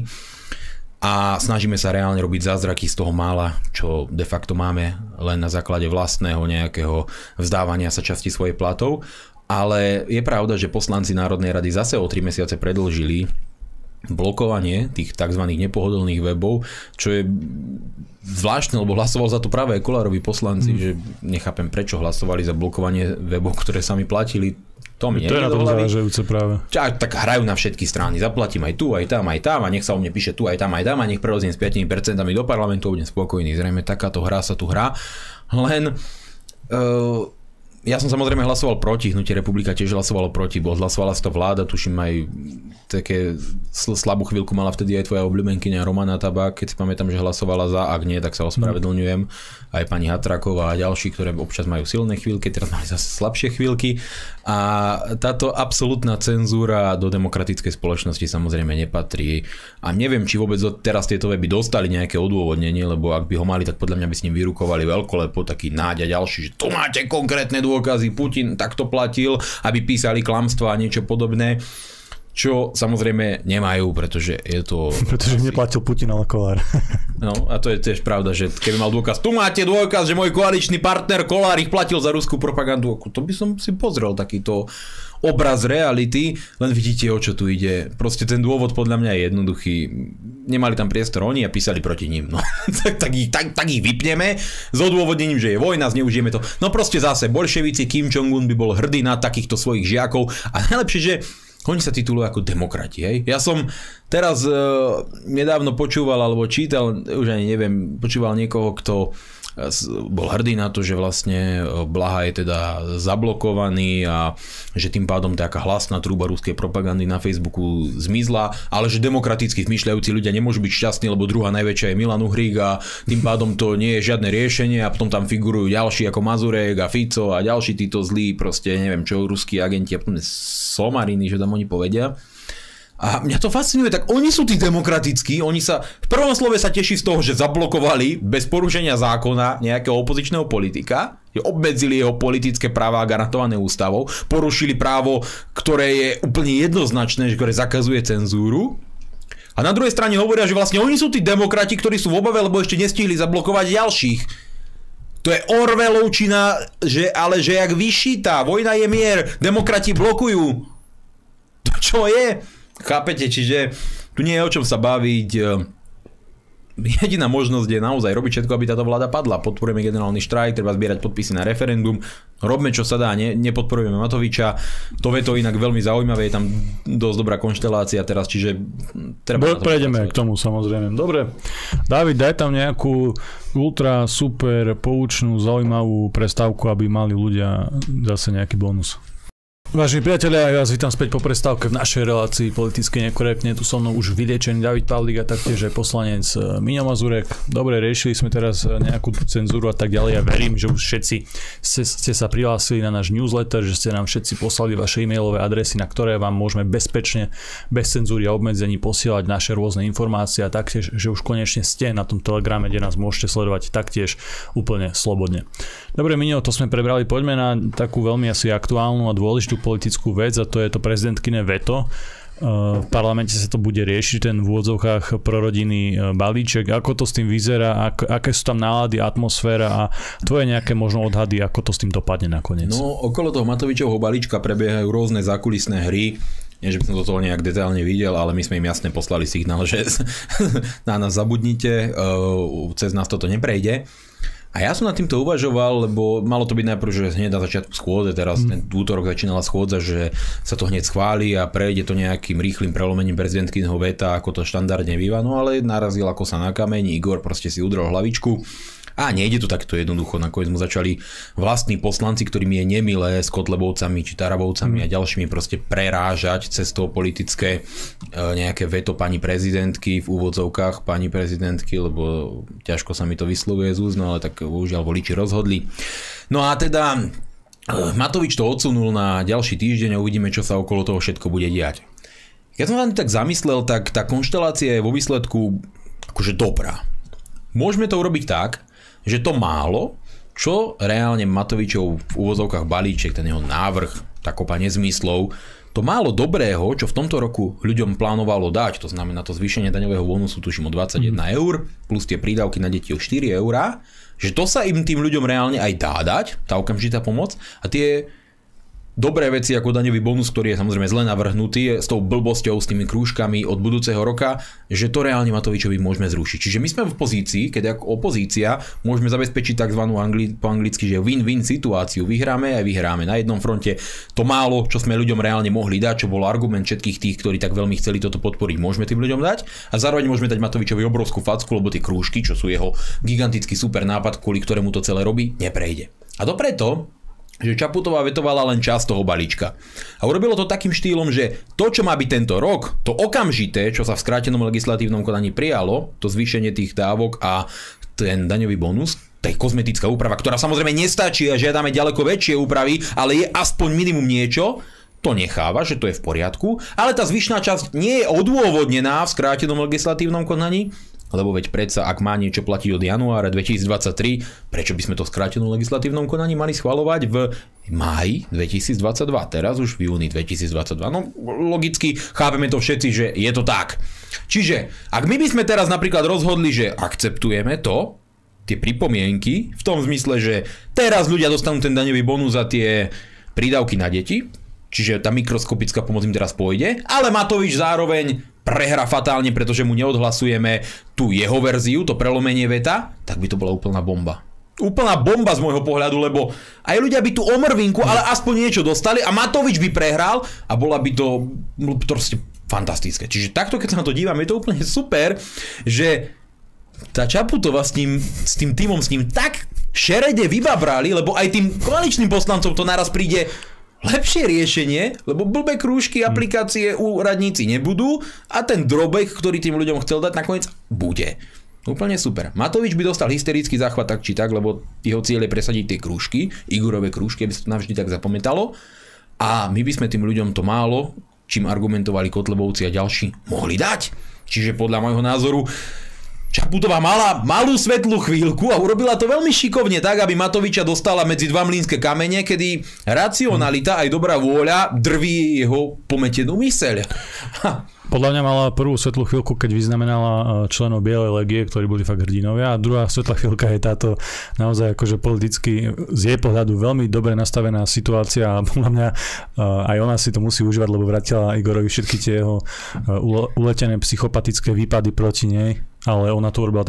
Speaker 3: A snažíme sa reálne robiť zázraky z toho mála, čo de facto máme len na základe vlastného nejakého vzdávania sa časti svojich platov. Ale je pravda, že poslanci Národnej rady zase o 3 mesiace predĺžili blokovanie tých tzv. Nepohodlných webov, čo je zvláštne, lebo hlasoval za to práve aj Kollárovi poslanci, že nechápem, prečo hlasovali za blokovanie webov, ktoré sami platili. To mi
Speaker 1: je na tom závažujúce práve.
Speaker 3: Tak hrajú na všetky strany, zaplatím aj tu, aj tam a nech sa o mne píše tu, aj tam a nech prerozím s 5% do parlamentu, budem spokojný. Zrejme takáto hra sa tu hrá. Len ja som samozrejme hlasoval proti, Hnutie Republika tiež hlasovalo proti, hlasovala si to vláda, tuším aj také slabú chvíľku mala vtedy aj tvoja obľúbenkyňa Romana Tabák, keď si pamätám, že hlasovala za, ak nie, tak sa ospravedlňujem. Aj pani Hatraková a ďalší, ktoré občas majú silné chvíľky, teraz mali zase slabšie chvíľky. A táto absolútna cenzúra do demokratickej spoločnosti samozrejme nepatrí. A neviem, či vôbec teraz tieto weby dostali nejaké odôvodnenie, lebo ak by ho mali, tak podľa mňa by s ním vyrukovali veľkolepo, taký Náď a ďalší, že tu máte konkrétne dôkazy, Putin takto platil, aby písali klamstvá a niečo podobné. Čo samozrejme nemajú, pretože je to...
Speaker 1: Pretože neplatil Putin, ale Kollár.
Speaker 3: No a to je tiež pravda, že keby mal dôkaz, tu máte dôkaz, že môj koaličný partner Kollár ich platil za ruskú propagandu, to by som si pozrel takýto obraz reality, len vidíte, o čo tu ide. Proste ten dôvod podľa mňa je jednoduchý. Nemali tam priestor oni a písali proti ním. No. tak ich vypneme s odôvodnením, že je vojna, zneužijeme to. No proste zase, bolševici Kim Jong-un by bol hrdý na takýchto svojich žiakov a najlepšie, že oni sa titulujú ako demokrati, hej. Ja som teraz nedávno počúval, alebo čítal, už ani neviem, počúval niekoho, kto bol hrdý na to, že vlastne Blaha je teda zablokovaný a že tým pádom taká hlasná trúba ruskej propagandy na Facebooku zmizla, ale že demokraticky zmýšľajúci ľudia nemôžu byť šťastní, lebo druhá najväčšia je Milan Uhrík a tým pádom to nie je žiadne riešenie a potom tam figurujú ďalší ako Mazurek a Fico a ďalší títo zlí, proste neviem čo, ruskí agenti a somariny, že tam oni povedia. A mňa to fascinuje, tak oni sú tí demokratickí, oni sa v prvom slove sa teší z toho, že zablokovali bez porušenia zákona nejakého opozičného politika, že obmedzili jeho politické práva garantované ústavou, porušili právo, ktoré je úplne jednoznačné, ktoré zakazuje cenzúru. A na druhej strane hovoria, že vlastne oni sú tí demokrati, ktorí sú v obave, lebo ešte nestihli zablokovať ďalších. To je Orwellovčina, že jak vyšitá, vojna je mier, demokrati blokujú. To čo je? Chápete, čiže tu nie je o čom sa baviť. Jediná možnosť je naozaj robiť všetko, aby táto vláda padla. Podporujeme generálny štrajk, treba zbierať podpisy na referendum. Robme čo sa dá, nepodporujeme Matoviča. To veto inak veľmi zaujímavé, je tam dosť dobrá konštelácia teraz, čiže treba...
Speaker 1: Prejdeme k tomu samozrejme. Dobre, Dávid, daj tam nejakú ultra super poučnú, zaujímavú prestávku, aby mali ľudia zase nejaký bonus. Vážení priatelia, ja vás vítam späť po prestávke v našej relácii Politicky nekorektne. Tu so mnou už vyliečený David Pavlík a taktiež aj poslanec Miňo Mazurek. Dobre, riešili sme teraz nejakú cenzúru a tak ďalej. Ja verím, že už všetci ste sa prihlásili na náš newsletter, že ste nám všetci poslali vaše e-mailové adresy, na ktoré vám môžeme bezpečne, bez cenzúry a obmedzení posielať naše rôzne informácie a taktiež, že už konečne ste na tom Telegrame, kde nás môžete sledovať taktiež úplne slobodne. Dobre, Miňo, to sme prebrali. Poďme na takú veľmi asi aktuálnu a dôležitú politickú vec a to je to prezidentkyné veto. V parlamente sa to bude riešiť, ten v úvodzovkách prorodinný balíček. Ako to s tým vyzerá, aké sú tam nálady, atmosféra a tvoje nejaké možno odhady, ako to s tým dopadne nakoniec? No,
Speaker 3: okolo toho Matovičovho balíčka prebiehajú rôzne zákulisné hry. Nie, že by som do toho nejak detailne videl, ale my sme im jasne poslali signál, že na nás zabudnite, cez nás toto neprejde. A ja som nad týmto uvažoval, lebo malo to byť najprv, že hneď na začiatku schôdze, teraz ten útorok začínala schôdza, že sa to hneď schváli a prejde to nejakým rýchlym prelomením prezidentkyného veta, ako to štandardne býva, no ale narazil ako sa na kameň, Igor proste si udrel hlavičku. A nejde to takto jednoducho, nakoniec mu začali vlastní poslanci, ktorým je nemilé s Kotlebovcami či Tarabovcami a ďalšími proste prerážať cez to politické nejaké veto pani prezidentky v úvodzovkách pani prezidentky, lebo ťažko sa mi to vyslovuje z úst, no ale tak bohužiaľ voliči rozhodli. No a teda Matovič to odsunul na ďalší týždeň a uvidíme, čo sa okolo toho všetko bude diať. Keď som sa tak zamyslel, tak tá konštelácia je vo výsledku akože dobrá. Môžeme to urobiť tak, že to málo, čo reálne Matovičov v úvozovkách balíček, ten jeho návrh, tá kopa nezmyslov, to málo dobrého, čo v tomto roku ľuďom plánovalo dať, to znamená to zvýšenie daňového bonusu tuším o 21 eur, plus tie prídavky na deti o 4 eurá, že to sa im tým ľuďom reálne aj dá dať, tá okamžitá pomoc a tie dobré veci ako daňový bonus, ktorý je samozrejme zle navrhnutý s tou blbosťou, s tými krúžkami od budúceho roka, že to reálne Matovičovi môžeme zrušiť. Čiže my sme v pozícii, keď ako opozícia môžeme zabezpečiť tzv. Po anglicky, že win-win situáciu. Vyhráme aj vyhráme. Na jednom fronte to málo, čo sme ľuďom reálne mohli dať, čo bol argument všetkých tých, ktorí tak veľmi chceli toto podporiť, môžeme tým ľuďom dať a zároveň môžeme dať Matovičovi obrovskú facku, lebo tie krúžky, čo sú jeho gigantický super nápad, kvôli ktorému to celé robí, neprejde. A to preto, že Čaputová vetovala len časť toho balíčka. A urobilo to takým štýlom, že to, čo má byť tento rok, to okamžité, čo sa v skrátenom legislatívnom konaní prijalo, to zvýšenie tých dávok a ten daňový bonus, to je kozmetická úprava, ktorá samozrejme nestačí a žiadame ďaleko väčšie úpravy, ale je aspoň minimum niečo, to necháva, že to je v poriadku, ale tá zvyšná časť nie je odôvodnená v skrátenom legislatívnom konaní, lebo veď predsa, ak má niečo platiť od januára 2023, prečo by sme to v skrátenom legislatívnom konaní mali schvaľovať v máji 2022, teraz už v júni 2022. No logicky chápeme to všetci, že je to tak. Čiže, ak my by sme teraz napríklad rozhodli, že akceptujeme to, tie pripomienky, v tom zmysle, že teraz ľudia dostanú ten daňový bonus za tie prídavky na deti, čiže tá mikroskopická pomoc im teraz pôjde, ale Matovič zároveň prehra fatálne, pretože mu neodhlasujeme tú jeho verziu, to prelomenie veta, tak by to bola úplná bomba. Úplná bomba z môjho pohľadu, lebo aj ľudia by tu o mrvinku, ale aspoň niečo dostali a Matovič by prehral a bola by to proste fantastické. Čiže takto, keď sa na to dívam, je to úplne super, že tá Čaputová s tým tímom s ním tak šerede vybabrali, lebo aj tým koaličným poslancom to naraz príde lepšie riešenie, lebo blbé krúžky, aplikácie úradníci nebudú a ten drobek, ktorý tým ľuďom chcel dať, nakoniec bude. Úplne super. Matovič by dostal hysterický záchvat tak či tak, lebo jeho cieľ je presadiť tie krúžky, Igorové krúžky, aby sa to navždy tak zapamätalo. A my by sme tým ľuďom to málo, čím argumentovali Kotlebovci a ďalší, mohli dať. Čiže podľa môjho názoru Čaputová mala malú svetlú chvíľku a urobila to veľmi šikovne tak, aby Matoviča dostala medzi dva mlynské kamene, kedy racionalita aj dobrá vôľa drví jeho pometenú myseľ.
Speaker 1: Podľa mňa mala prvú svetlú chvíľku, keď vyznamenala členov Bielej legie, ktorí boli fakt hrdinovia, a druhá svetlá chvíľka je táto naozaj akože politicky z jej pohľadu veľmi dobre nastavená situácia a podľa mňa aj ona si to musí užívať, lebo vrátila Igorovi všetky tie jeho uletené psychopatické výpady proti nej, ale ona to urobila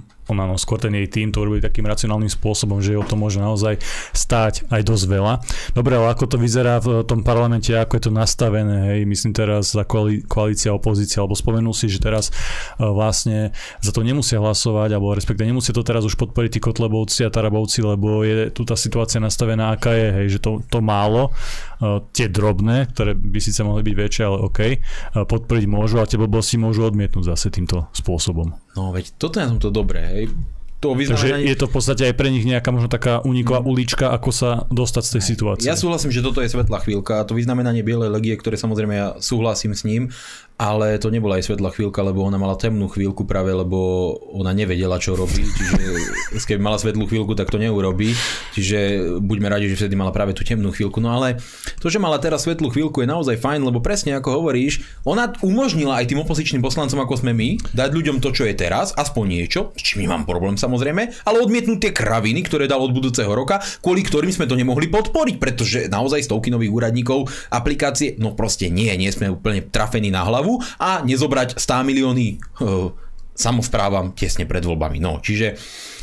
Speaker 1: skôr ten jej tým to urobili takým racionálnym spôsobom, že o to môže naozaj stáť aj dosť veľa. Dobre, ale ako to vyzerá v tom parlamente, ako je to nastavené, hej, myslím teraz za koalícia, opozícia, alebo spomenul si, že teraz vlastne za to nemusia hlasovať, alebo respektíve nemusia to teraz už podporiť tí Kotlebovci a Tarabovci, lebo je tu tá situácia nastavená, aká je, hej, že to málo, tie drobné, ktoré by síce mohli byť väčšie, ale OK, podporiť môžu a tie blbosti môžu odmietnúť zase týmto spôsobom.
Speaker 3: No veď toto je to dobré, hej.
Speaker 1: Takže je to v podstate aj pre nich nejaká možno taká uniková ulička, ako sa dostať z tej situácie.
Speaker 3: Ja súhlasím, že toto je svetlá chvíľka. To vyznamenanie Bielej legie, ktoré samozrejme ja súhlasím s ním, ale to nebola aj svetlá chvíľka, lebo ona mala temnú chvíľku práve, lebo ona nevedela, čo robí. Čiže keby mala svetlú chvíľku, tak to neurobí. Čiže buďme radi, že vtedy mala práve tú temnú chvíľku. No ale to, že mala teraz svetlú chvíľku, je naozaj fajn, lebo presne ako hovoríš, ona umožnila aj tým opozičným poslancom, ako sme my, dať ľuďom to, čo je teraz, aspoň niečo, s čím nemám problém samozrejme, ale odmietnúť tie kraviny, ktoré dal od budúceho roka, kvôli ktorým sme to nemohli podporiť, pretože naozaj stovky nových úradníkov, aplikácie, no proste nie sme úplne trafení na hlavu a nezobrať 100 milióny samosprávam tesne pred voľbami. No, čiže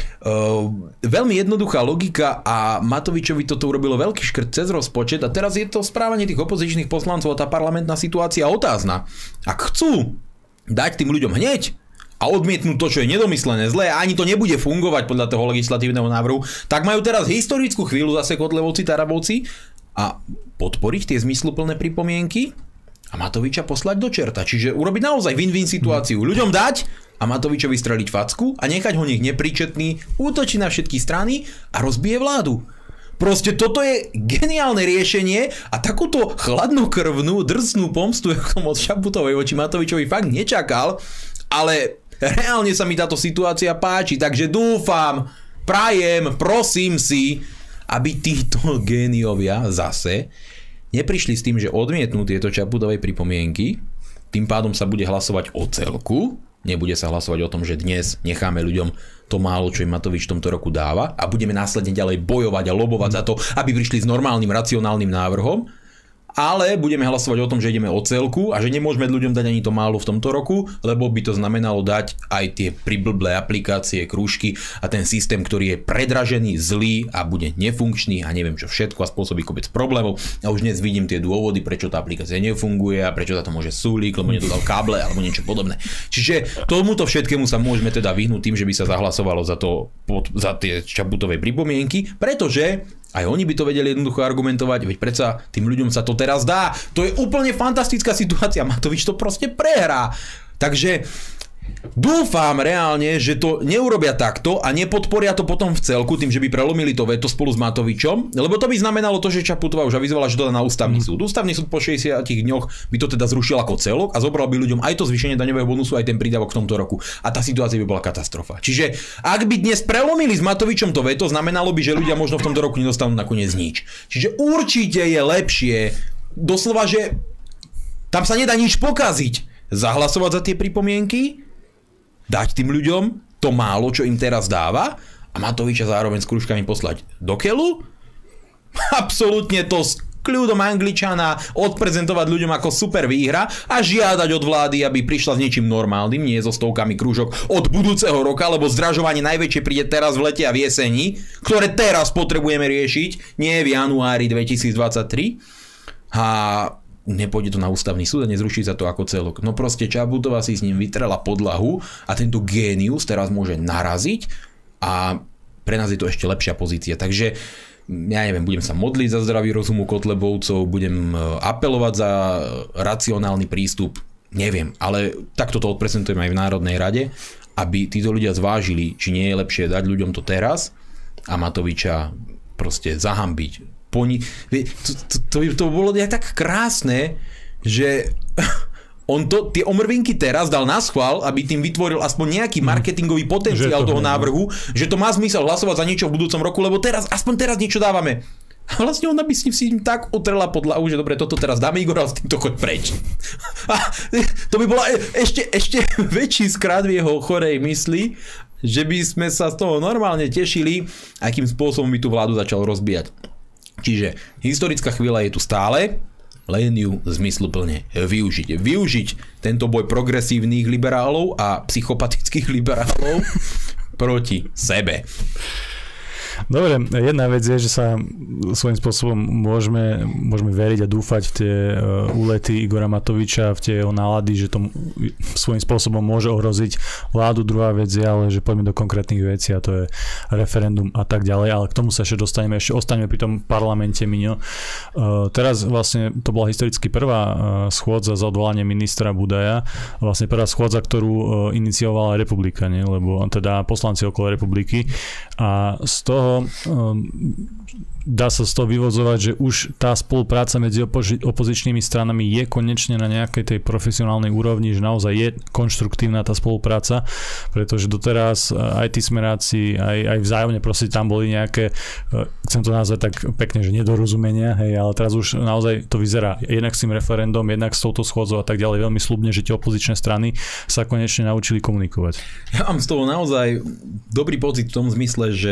Speaker 3: veľmi jednoduchá logika a Matovičovi toto urobilo veľký škrt cez rozpočet a teraz je to správanie tých opozičných poslancov a tá parlamentná situácia otázna. Ak chcú dať tým ľuďom hneď a odmietnúť to, čo je nedomyslené, zlé a ani to nebude fungovať podľa toho legislatívneho návrhu, tak majú teraz historickú chvíľu zase Kotlebovci, Tarabovci a podporiť tie zmysluplné pripomienky a Matoviča poslať do čerta. Čiže urobiť naozaj win-win situáciu. Ľuďom dať a Matovičovi streliť facku a nechať ho nech nepríčetný, útočí na všetky strany a rozbije vládu. Proste toto je geniálne riešenie a takúto chladnokrvnú, drsnú pomstu, ako som od Čaputovej voči Matovičovi fakt nečakal, ale reálne sa mi táto situácia páči, takže dúfam, prajem, prosím si, aby títo géniovia zase neprišli s tým, že odmietnú tieto Čaputovej pripomienky, tým pádom sa bude hlasovať o celku, nebude sa hlasovať o tom, že dnes necháme ľuďom to málo, čo im Matovič v tomto roku dáva a budeme následne ďalej bojovať a lobovať za to, aby prišli s normálnym, racionálnym návrhom, ale budeme hlasovať o tom, že ideme o celku a že nemôžeme ľuďom dať ani to málo v tomto roku, lebo by to znamenalo dať aj tie priblblé aplikácie, krúžky a ten systém, ktorý je predražený, zlý a bude nefunkčný a neviem čo všetko a spôsobí kopec problémov. A už dnes vidím tie dôvody, prečo tá aplikácia nefunguje a prečo sa to môže súliť, lebo nedodal káble alebo niečo podobné. Čiže tomuto všetkému sa môžeme teda vyhnúť tým, že by sa zahlasovalo za tie Čaputové pripomienky, pretože aj oni by to vedeli jednoducho argumentovať, veď predsa tým ľuďom sa to teraz dá. To je úplne fantastická situácia, Matovič to proste prehrá. Takže dúfam reálne, že to neurobia takto a nepodporia to potom v celku tým, že by prelomili to veto spolu s Matovičom, lebo to by znamenalo to, že Čaputová už avizovala, že to dá na ústavný súd. Ústavný súd po 60 dňoch by to teda zrušil ako celok a zobral by ľuďom aj to zvýšenie daňového bonusu, aj ten prídavok v tomto roku. A tá situácia by bola katastrofa. Čiže ak by dnes prelomili s Matovičom to veto, znamenalo by, že ľudia možno v tomto roku nedostanú nakoniec nič. Čiže určite je lepšie, doslova, že tam sa nedá nič pokaziť. Zahlasovať za tie pripomienky, dať tým ľuďom to málo, čo im teraz dáva a Matoviča zároveň s krúžkami poslať do keľu. Absolútne to s kľudom Angličana odprezentovať ľuďom ako super výhra a žiadať od vlády, aby prišla s niečím normálnym, nie so stovkami krúžok od budúceho roka, lebo zdražovanie najväčšie príde teraz v lete a v jeseni, ktoré teraz potrebujeme riešiť, nie v januári 2023. A nepôjde to na ústavný súd a nezruší sa to ako celok. No proste Čaputová si s ním vytrela podlahu a tento génius teraz môže naraziť a pre nás je to ešte lepšia pozícia. Takže ja neviem, budem sa modliť za zdravý rozum u Kotlebovcov, budem apelovať za racionálny prístup, neviem, ale takto to odprezentujem aj v Národnej rade, aby títo ľudia zvážili, či nie je lepšie dať ľuďom to teraz a Matoviča proste zahambiť. To bolo aj tak krásne, že on tie omrvinky teraz dal na schvál, aby tým vytvoril aspoň nejaký marketingový potenciál toho návrhu, že to má zmysel hlasovať za niečo v budúcom roku, lebo aspoň teraz niečo dávame. A vlastne ona by s ním tak utrela podlahu, že dobre, toto teraz dáme, Igor, ale s týmto choď preč. A to by bola ešte väčší skrát v jeho chorej mysli, že by sme sa z toho normálne tešili, akým spôsobom by tú vládu začal rozbíjať. Čiže historická chvíľa je tu stále, len ju zmysluplne využiť. Využiť tento boj progresívnych liberálov a psychopatických liberálov proti sebe.
Speaker 1: Dobre, jedna vec je, že sa svojím spôsobom môžeme veriť a dúfať v tie úlety Igora Matoviča, v tie jeho nálady, že to svojím spôsobom môže ohroziť vládu. Druhá vec je, ale že poďme do konkrétnych vecí a to je referendum a tak ďalej, ale k tomu sa ešte dostaneme. Ešte ostaneme pri tom parlamente, Miňo. Teraz vlastne to bola historicky prvá schôdza za odvolanie ministra Budaja, vlastne prvá schôdza, ktorú iniciovala republika, nie? Lebo teda poslanci okolo republiky a z toho dá sa z toho vyvozovať, že už tá spolupráca medzi opozičnými stranami je konečne na nejakej tej profesionálnej úrovni, že naozaj je konštruktívna tá spolupráca, pretože doteraz aj tí smeráci, aj vzájomne proste tam boli nejaké, chcem to nazvať tak pekne, že nedorozumenia, hej, ale teraz už naozaj to vyzerá jednak s tým referendum, jednak s touto schôdzou a tak ďalej veľmi sľubne, že tie opozičné strany sa konečne naučili komunikovať. Ja
Speaker 3: mám z toho naozaj dobrý pocit v tom zmysle, že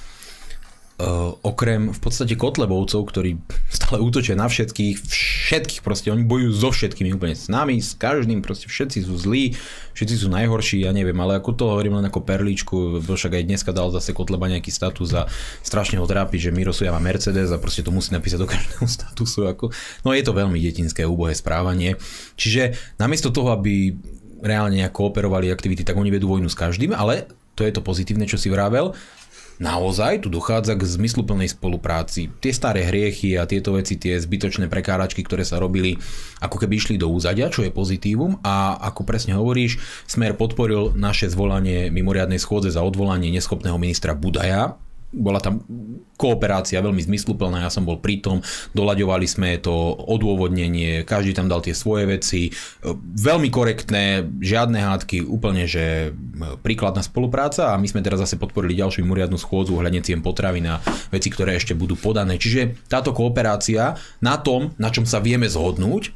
Speaker 3: okrem v podstate Kotlebovcov, ktorí stále útočia na všetkých proste, oni bojujú so všetkými úplne s nami, s každým, proste všetci sú zlí, všetci sú najhorší, ja neviem, ale ako to hovorím len ako perličku, však aj dneska dal zase Kotleba nejaký status a strašne ho trápi, že Mirosuja má Mercedes a proste to musí napísať do každého statusu, no je to veľmi detinské, úbohé správanie, čiže namiesto toho, aby reálne nejak kooperovali aktivity, tak oni vedú vojnu s každým, ale to je to pozitívne, čo si vravel. Naozaj tu dochádza k zmysluplnej spolupráci. Tie staré hriechy a tieto veci, tie zbytočné prekáračky, ktoré sa robili, ako keby išli do úzadia, čo je pozitívum. A ako presne hovoríš, Smer podporil naše zvolanie mimoriadnej schôdze za odvolanie neschopného ministra Budaja. Bola tam kooperácia veľmi zmysluplná, ja som bol pri tom, doľaďovali sme to odôvodnenie, každý tam dal tie svoje veci, veľmi korektné, žiadne hádky, úplne, že príkladná spolupráca a my sme teraz zase podporili ďalšiu mimoriadnu schôdzu ohľadne cien potravín a veci, ktoré ešte budú podané. Čiže táto kooperácia na tom, na čom sa vieme zhodnúť,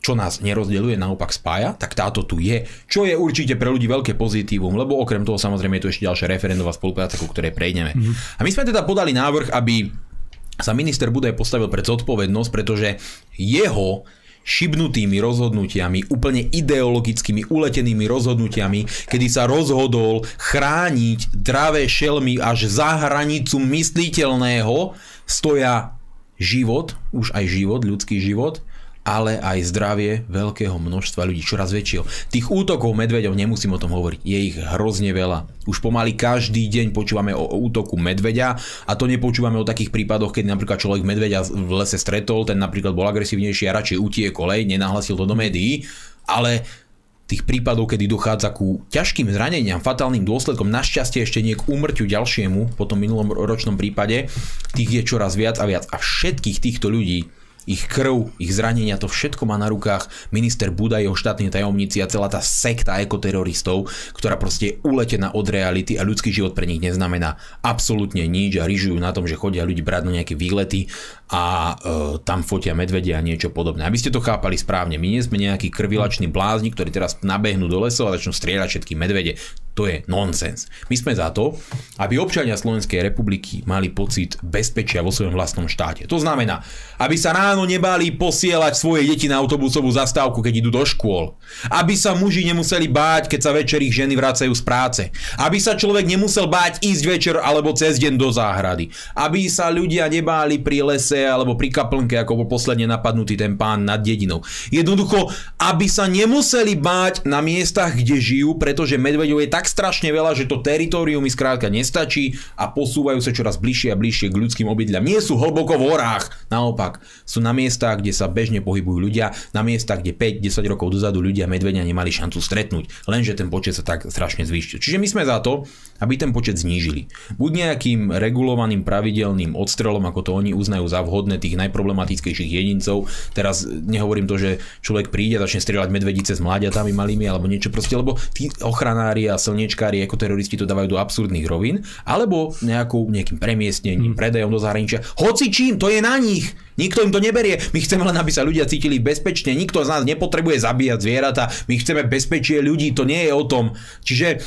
Speaker 3: čo nás nerozdeľuje, naopak spája, tak táto tu je, čo je určite pre ľudí veľké pozitívum, lebo okrem toho samozrejme je tu ešte ďalšia referendová spolupráca, ku ktorej prejdeme. A my sme teda podali návrh, aby sa minister Budaj postavil pred zodpovednosť, pretože jeho šibnutými rozhodnutiami, úplne ideologickými, uletenými rozhodnutiami, kedy sa rozhodol chrániť dravé šelmy až za hranicu mysliteľného, stoja život, už aj život, ľudský život, ale aj zdravie veľkého množstva ľudí, čoraz väčšieho. Tých útokov medveďov, nemusím o tom hovoriť, je ich hrozne veľa. Už pomaly každý deň počúvame o útoku medveďa a to nepočúvame o takých prípadoch, keď napríklad človek medveďa v lese stretol, ten napríklad bol agresívnejší a radšej utiekol, nenahlasil to do médií, ale tých prípadov, kedy dochádza ku ťažkým zraneniam, fatálnym dôsledkom, našťastie ešte nie k úmrtiu ďalšiemu, po tom minulom ročnom prípade, tých je čoraz viac a viac. A všetkých týchto ľudí, ich krv, ich zranenia, to všetko má na rukách minister Budaj, jeho štátni tajomníci a celá tá sekta ekoteroristov, ktorá proste je uletená od reality a ľudský život pre nich neznamená absolútne nič a ryžujú na tom, že chodia ľudí brať na nejaké výlety a tam fotia medvedia a niečo podobné. Aby ste to chápali správne, my nie sme nejakí krvilační blázni, ktorí teraz nabehnú do lesov a začnú strieľať všetky medvede. To je nonsens. My sme za to, aby občania Slovenskej republiky mali pocit bezpečia vo svojom vlastnom štáte. To znamená, aby sa ráno nebáli posielať svoje deti na autobusovú zastávku, keď idú do škôl. Aby sa muži nemuseli báť, keď sa večer ich ženy vracajú z práce. Aby sa človek nemusel báť ísť večer alebo cez deň do záhrady. Aby sa ľudia nebáli pri lese alebo pri kaplnke, ako bol posledne napadnutý ten pán nad dedinou. Jednoducho, aby sa nemuseli báť na miestach, kde žijú, pretože medveďov je tak strašne veľa, že to teritorium mi skrátka nestačí a posúvajú sa čoraz bližšie a bližšie k ľudským obydliam. Nie sú hlboko v horách, naopak sú na miestach, kde sa bežne pohybujú ľudia, na miestach, kde 5-10 rokov dozadu ľudia medveďa nemali šancu stretnúť, lenže ten počet sa tak strašne zvýšil. Čiže my sme za to, aby ten počet znížili. Buď nejakým regulovaným pravidelným odstrelom, ako to oni uznajú za vhodné, tých najproblematickejších jedincov. Teraz nehovorím to, že človek príde a začne strieľať medvedice s mláďatami malými alebo niečo proste, lebo tí ochranári a slniečkári, ekoteroristi to dávajú do absurdných rovín, alebo nejakým premiestnením, predajom do zahraničia. Hoci čím, to je na nich. Nikto im to neberie. My chceme len, aby sa ľudia cítili bezpečne. Nikto z nás nepotrebuje zabíjať zvieratá. My chceme bezpečie ľudí. To nie je o tom. Čiže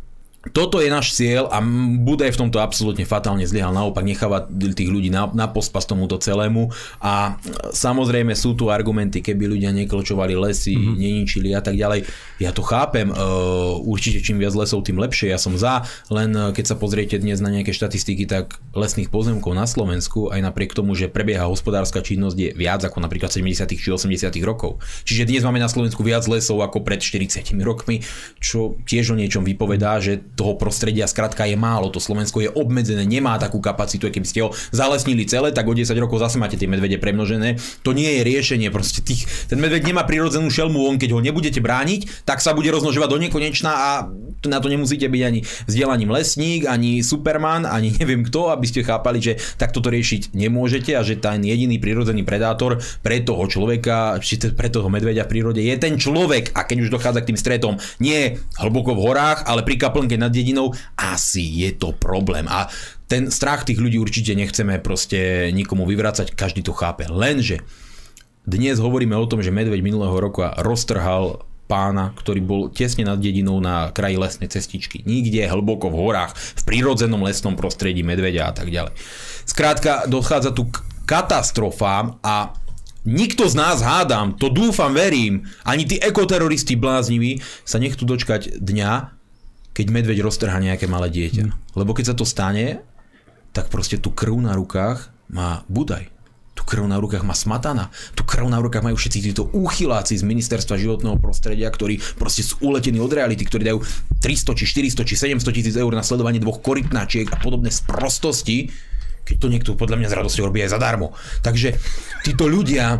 Speaker 3: toto je náš cieľ a Budaj v tomto absolútne fatálne zlyhal. Naopak necháva tých ľudí na pospas tomuto celému a samozrejme sú tu argumenty, keby ľudia neklčovali lesy, neničili a tak ďalej. Ja to chápem, určite čím viac lesov, tým lepšie, ja som za, len keď sa pozriete dnes na nejaké štatistiky, tak lesných pozemkov na Slovensku, aj napriek tomu, že prebieha hospodárska činnosť, je viac ako napríklad 70. či 80. rokov. Čiže dnes máme na Slovensku viac lesov ako pred 40 rokmi, čo tiež o niečom vypovedá, že toho prostredia skrátka je málo, to Slovensko je obmedzené, nemá takú kapacitu, keby ste ho zalesnili celé, tak o 10 rokov zase máte tie medvede premnožené. To nie je riešenie, proste ten medveď nemá prirodzenú šelmu, on keď ho nebudete brániť, tak sa bude rozmnožovať do nekonečna a na to nemusíte byť ani vzdelaním lesník, ani Superman, ani neviem kto, aby ste chápali, že takto to riešiť nemôžete a že ten jediný prirodzený predátor pre toho človeka, či pre toho medveďa v prírode je ten človek a keď už dochádza k tým stretom, nie hlboko v horách, ale pri kaplnke nad dedinou, asi je to problém. A ten strach tých ľudí určite nechceme proste nikomu vyvracať, každý to chápe. Lenže dnes hovoríme o tom, že medveď minulého roka roztrhal pána, ktorý bol tesne nad dedinou na kraji lesnej cestičky. Nikde hlboko v horách, v prírodzenom lesnom prostredí medveďa a tak ďalej. Skrátka, dochádza tu k katastrofám a nikto z nás, hádam, to dúfam, verím, ani tí ekoteroristi blázniví sa nechcú dočkať dňa, keď medveď roztrhá nejaké malé dieťa. Lebo keď sa to stane, tak proste tú krv na rukách má Budaj. Tú krv na rukách má Smatana. Tú krv na rukách majú všetci títo úchyláci z ministerstva životného prostredia, ktorí proste sú uletení od reality, ktorí dajú 300 či 400 či 700 tisíc eur na sledovanie 2 korytnačiek a podobné sprostosti, keď to niekto podľa mňa s radosťou robí aj zadarmo. Takže títo ľudia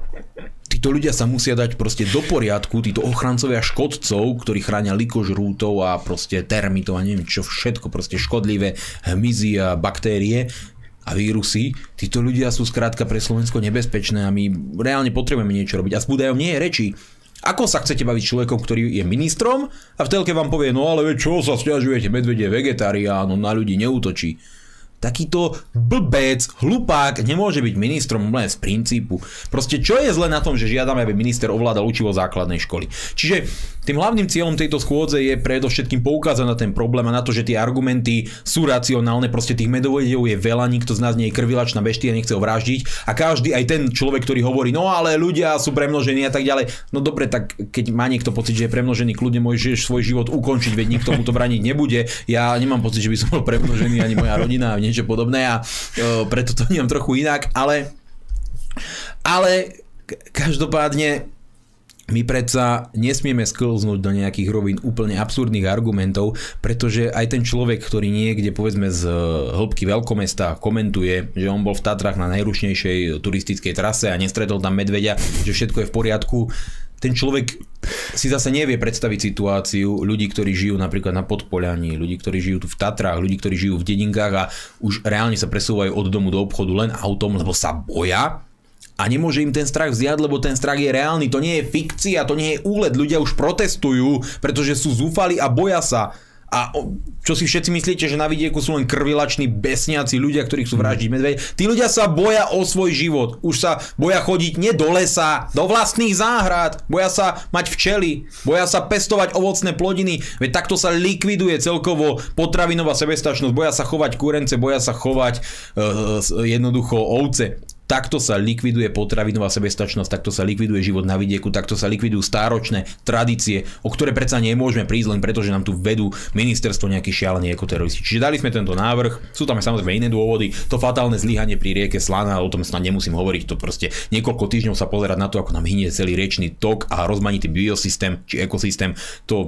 Speaker 3: sa musia dať proste do poriadku, títo ochrancovia škodcov, ktorí chránia likožrútov a proste termitov a neviem čo všetko, proste škodlivé hmyzy a baktérie a vírusy. Títo ľudia sú skrátka pre Slovensko nebezpečné a my reálne potrebujeme niečo robiť. A s Budajom nie je reči. Ako sa chcete baviť človekom, ktorý je ministrom a v telke vám povie, no ale čo sa sťažujete, medveď je vegetarián, on na ľudí neútočí. takýto blbec, hlupák nemôže byť ministrom len z princípu. Proste čo je zle na tom, že žiadame, aby minister ovládal učivo základnej školy. Čiže tým hlavným cieľom tejto schôdze je predovšetkým poukázať na ten problém a na to, že tie argumenty sú racionálne, proste tých medovodov je veľa, nikto z nás nie je krvilačná beštia, nechce ho vraždiť a každý, aj ten človek, ktorý hovorí, no ale ľudia sú premnožení a tak ďalej. No dobre, tak keď má niekto pocit, že je premnožený, kľudne môžeš svoj život ukončiť, veď nikto mu to brániť nebude. Ja nemám pocit, že by som bol premnožený, ani moja rodina a niečo podobné a preto to nemám trochu inak, ale každopádne my predsa nesmieme sklznúť do nejakých rovín úplne absurdných argumentov, pretože aj ten človek, ktorý niekde povedzme z hĺbky veľkomesta komentuje, že on bol v Tatrách na najrušnejšej turistickej trase a nestretol tam medveďa, že všetko je v poriadku, ten človek si zase nevie predstaviť situáciu ľudí, ktorí žijú napríklad na Podpoľaní, ľudí, ktorí žijú tu v Tatrách, ľudí, ktorí žijú v dedinkách a už reálne sa presúvajú od domu do obchodu len autom, lebo sa boja. A nemôže im ten strach vziať, lebo ten strach je reálny, to nie je fikcia, to nie je úlet, ľudia už protestujú, pretože sú zúfali a boja sa. A čo si všetci myslíte, že na vidieku sú len krvilační besniaci ľudia, ktorí chcú vraždiť medveď? Tí ľudia sa boja o svoj život, už sa boja chodiť nie do lesa, do vlastných záhrad, boja sa mať včely, boja sa pestovať ovocné plodiny, veď takto sa likviduje celkovo potravinová sebestačnosť, boja sa chovať kúrence, boja sa chovať jednoducho ovce. Takto sa likviduje potravinová sebestačnosť, takto sa likviduje život na vidieku, takto sa likvidujú stáročné tradície, o ktoré predsa nemôžeme prísť len preto, že nám tu vedú ministerstvo nejaký šialený ekoteroristi. Čiže dali sme tento návrh, sú tam aj samozrejme iné dôvody, to fatálne zlyhanie pri rieke Slana, o tom snad nemusím hovoriť, to proste niekoľko týždňov sa pozerať na to, ako nám hynie celý riečny tok a rozmanitý biosystém či ekosystém, to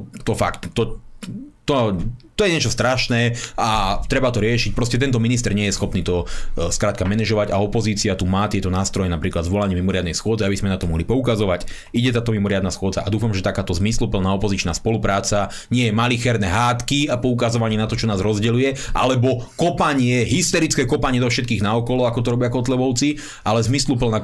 Speaker 3: je niečo strašné a treba to riešiť. Proste tento minister nie je schopný to skrátka manažovať a opozícia tu má tieto nástroje, napríklad zvolanie mimoriadnej schôdze, aby sme na to mohli poukazovať. Ide táto mimoriadna schôdza a dúfam, že takáto zmysluplná opozičná spolupráca nie je malicherné hádky a poukazovanie na to, čo nás rozdeľuje, alebo kopanie, hysterické kopanie do všetkých naokolo, ako to robia Kotlebovci, ale zmysluplná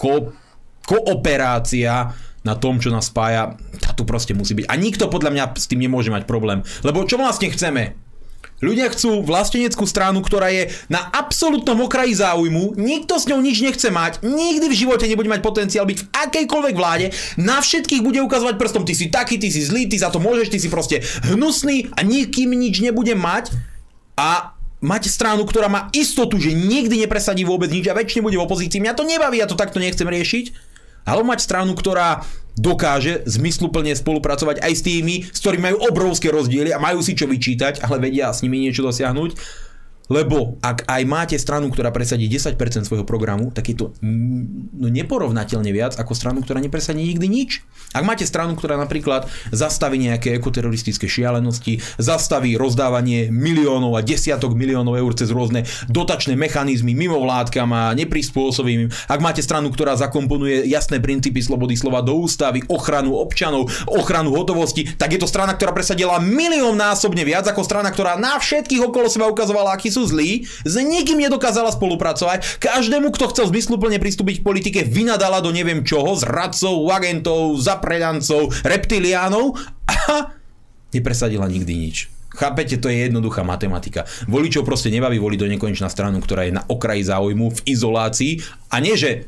Speaker 3: kooperácia na tom, čo nás spája, tá tu proste musí byť. A nikto podľa mňa s tým nemôže mať problém. Lebo čo vlastne chceme? Ľudia chcú vlasteneckú stranu, ktorá je na absolútnom okraji záujmu, nikto s ňou nič nechce mať, nikdy v živote nebude mať potenciál byť v akejkoľvek vláde, na všetkých bude ukazovať prstom, ty si taký, ty si zlý, ty za to môžeš, ty si proste hnusný a nikým nič nebude mať a mať stranu, ktorá má istotu, že nikdy nepresadí vôbec nič a väčšine bude v opozícii. Mňa to nebaví, ja to takto nechcem riešiť. Alebo mať stranu, ktorá dokáže zmysluplne spolupracovať aj s tými, s ktorými majú obrovské rozdiely a majú si čo vyčítať, ale vedia s nimi niečo dosiahnuť. Lebo ak aj máte stranu, ktorá presadí 10% svojho programu, tak je to neporovnateľne viac ako stranu, ktorá nepresadí nikdy nič. Ak máte stranu, ktorá napríklad zastaví nejaké ekoteroristické šialenosti, zastaví rozdávanie miliónov a desiatok miliónov eur cez rôzne dotačné mechanizmy mimovládkam a neprispôsobivým, ak máte stranu, ktorá zakomponuje jasné princípy slobody slova do ústavy, ochranu občanov, ochranu hotovosti, tak je to strana, ktorá presadila miliónnásobne viac ako strana, ktorá na všetkých okolo seba ukazovala, aký sú zlí, s nikým nedokázala spolupracovať, každému, kto chcel zmysluplne pristúpiť k politike, vynadala do neviem čoho, zradcov, agentov, zapredancov, reptiliánov a nepresadila nikdy nič. Chápete, to je jednoduchá matematika. Voličov proste nebaví voliť do nekonečná stranu, ktorá je na okraji záujmu, v izolácii a nie, že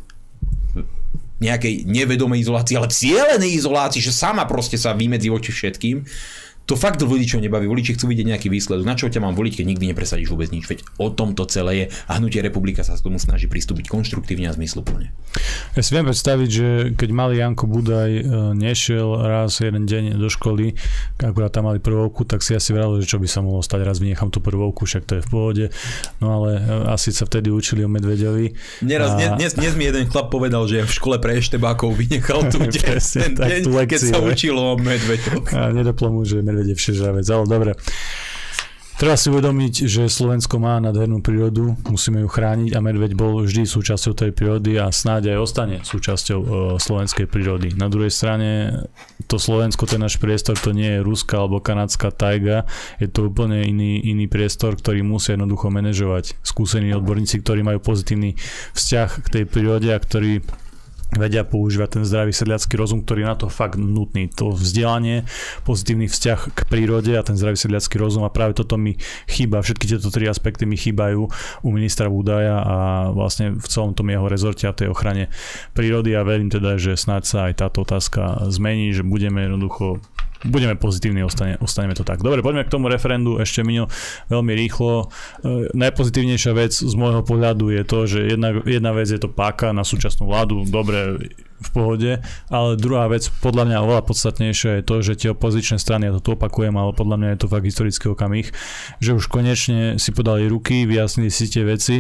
Speaker 3: nejakej nevedomej izolácii, ale cielenej izolácii, že sama proste sa vymedzí voči všetkým. To fakt voličov nebaví. Voliči chcú vidieť nejaký výsledok. Na čo ťa mám voliť, keď nikdy nepresadíš vôbec nič? Veď o tom to celé je a Hnutie Republika sa k tomu snaží pristúpiť konštruktívne a zmysluplne.
Speaker 1: Ja si viem predstaviť, že keď malý Janko Budaj nešiel raz jeden deň do školy, akurát tam mali prvovku, tak si asi vral, že čo by sa mohlo stať, raz vynechám tú prvovku, však to je v pohode. No ale asi sa vtedy učili o medveďovi.
Speaker 3: Dnes mi jeden chlap povedal, že v škole pre eštebákov vynechal tú ten deň, keď sa učilo o medveďoch.
Speaker 1: A nedoplo mu, že medveď je všežravec, ale dobre. Treba si uvedomiť, že Slovensko má nádhernú prírodu, musíme ju chrániť a medveď bol vždy súčasťou tej prírody a snáď aj ostane súčasťou slovenskej prírody. Na druhej strane to Slovensko, ten náš priestor, to nie je ruská alebo kanadská tajga, je to úplne iný priestor, ktorý musia jednoducho manažovať skúsení odborníci, ktorí majú pozitívny vzťah k tej prírode a ktorí vedia používať ten zdravý sedliacky rozum, ktorý je na to fakt nutný. To vzdelanie, pozitívny vzťah k prírode a ten zdravý sedliacky rozum a práve toto mi chýba. Všetky tieto 3 aspekty mi chýbajú u ministra Budaja a vlastne v celom tom jeho rezorte a tej ochrane prírody a verím teda, že snáď sa aj táto otázka zmení, že budeme pozitívni, ostaneme to tak. Dobre, poďme k tomu referendu ešte, Miňo, veľmi rýchlo. Najpozitívnejšia vec z môjho pohľadu je to, že jedna vec je to páka na súčasnú vládu, dobre, v pohode, ale druhá vec, podľa mňa oveľa podstatnejšia je to, že tie opozičné strany, ja to tu opakujem, ale podľa mňa je to fakt historický okamih, že už konečne si podali ruky, vyjasnili si tie veci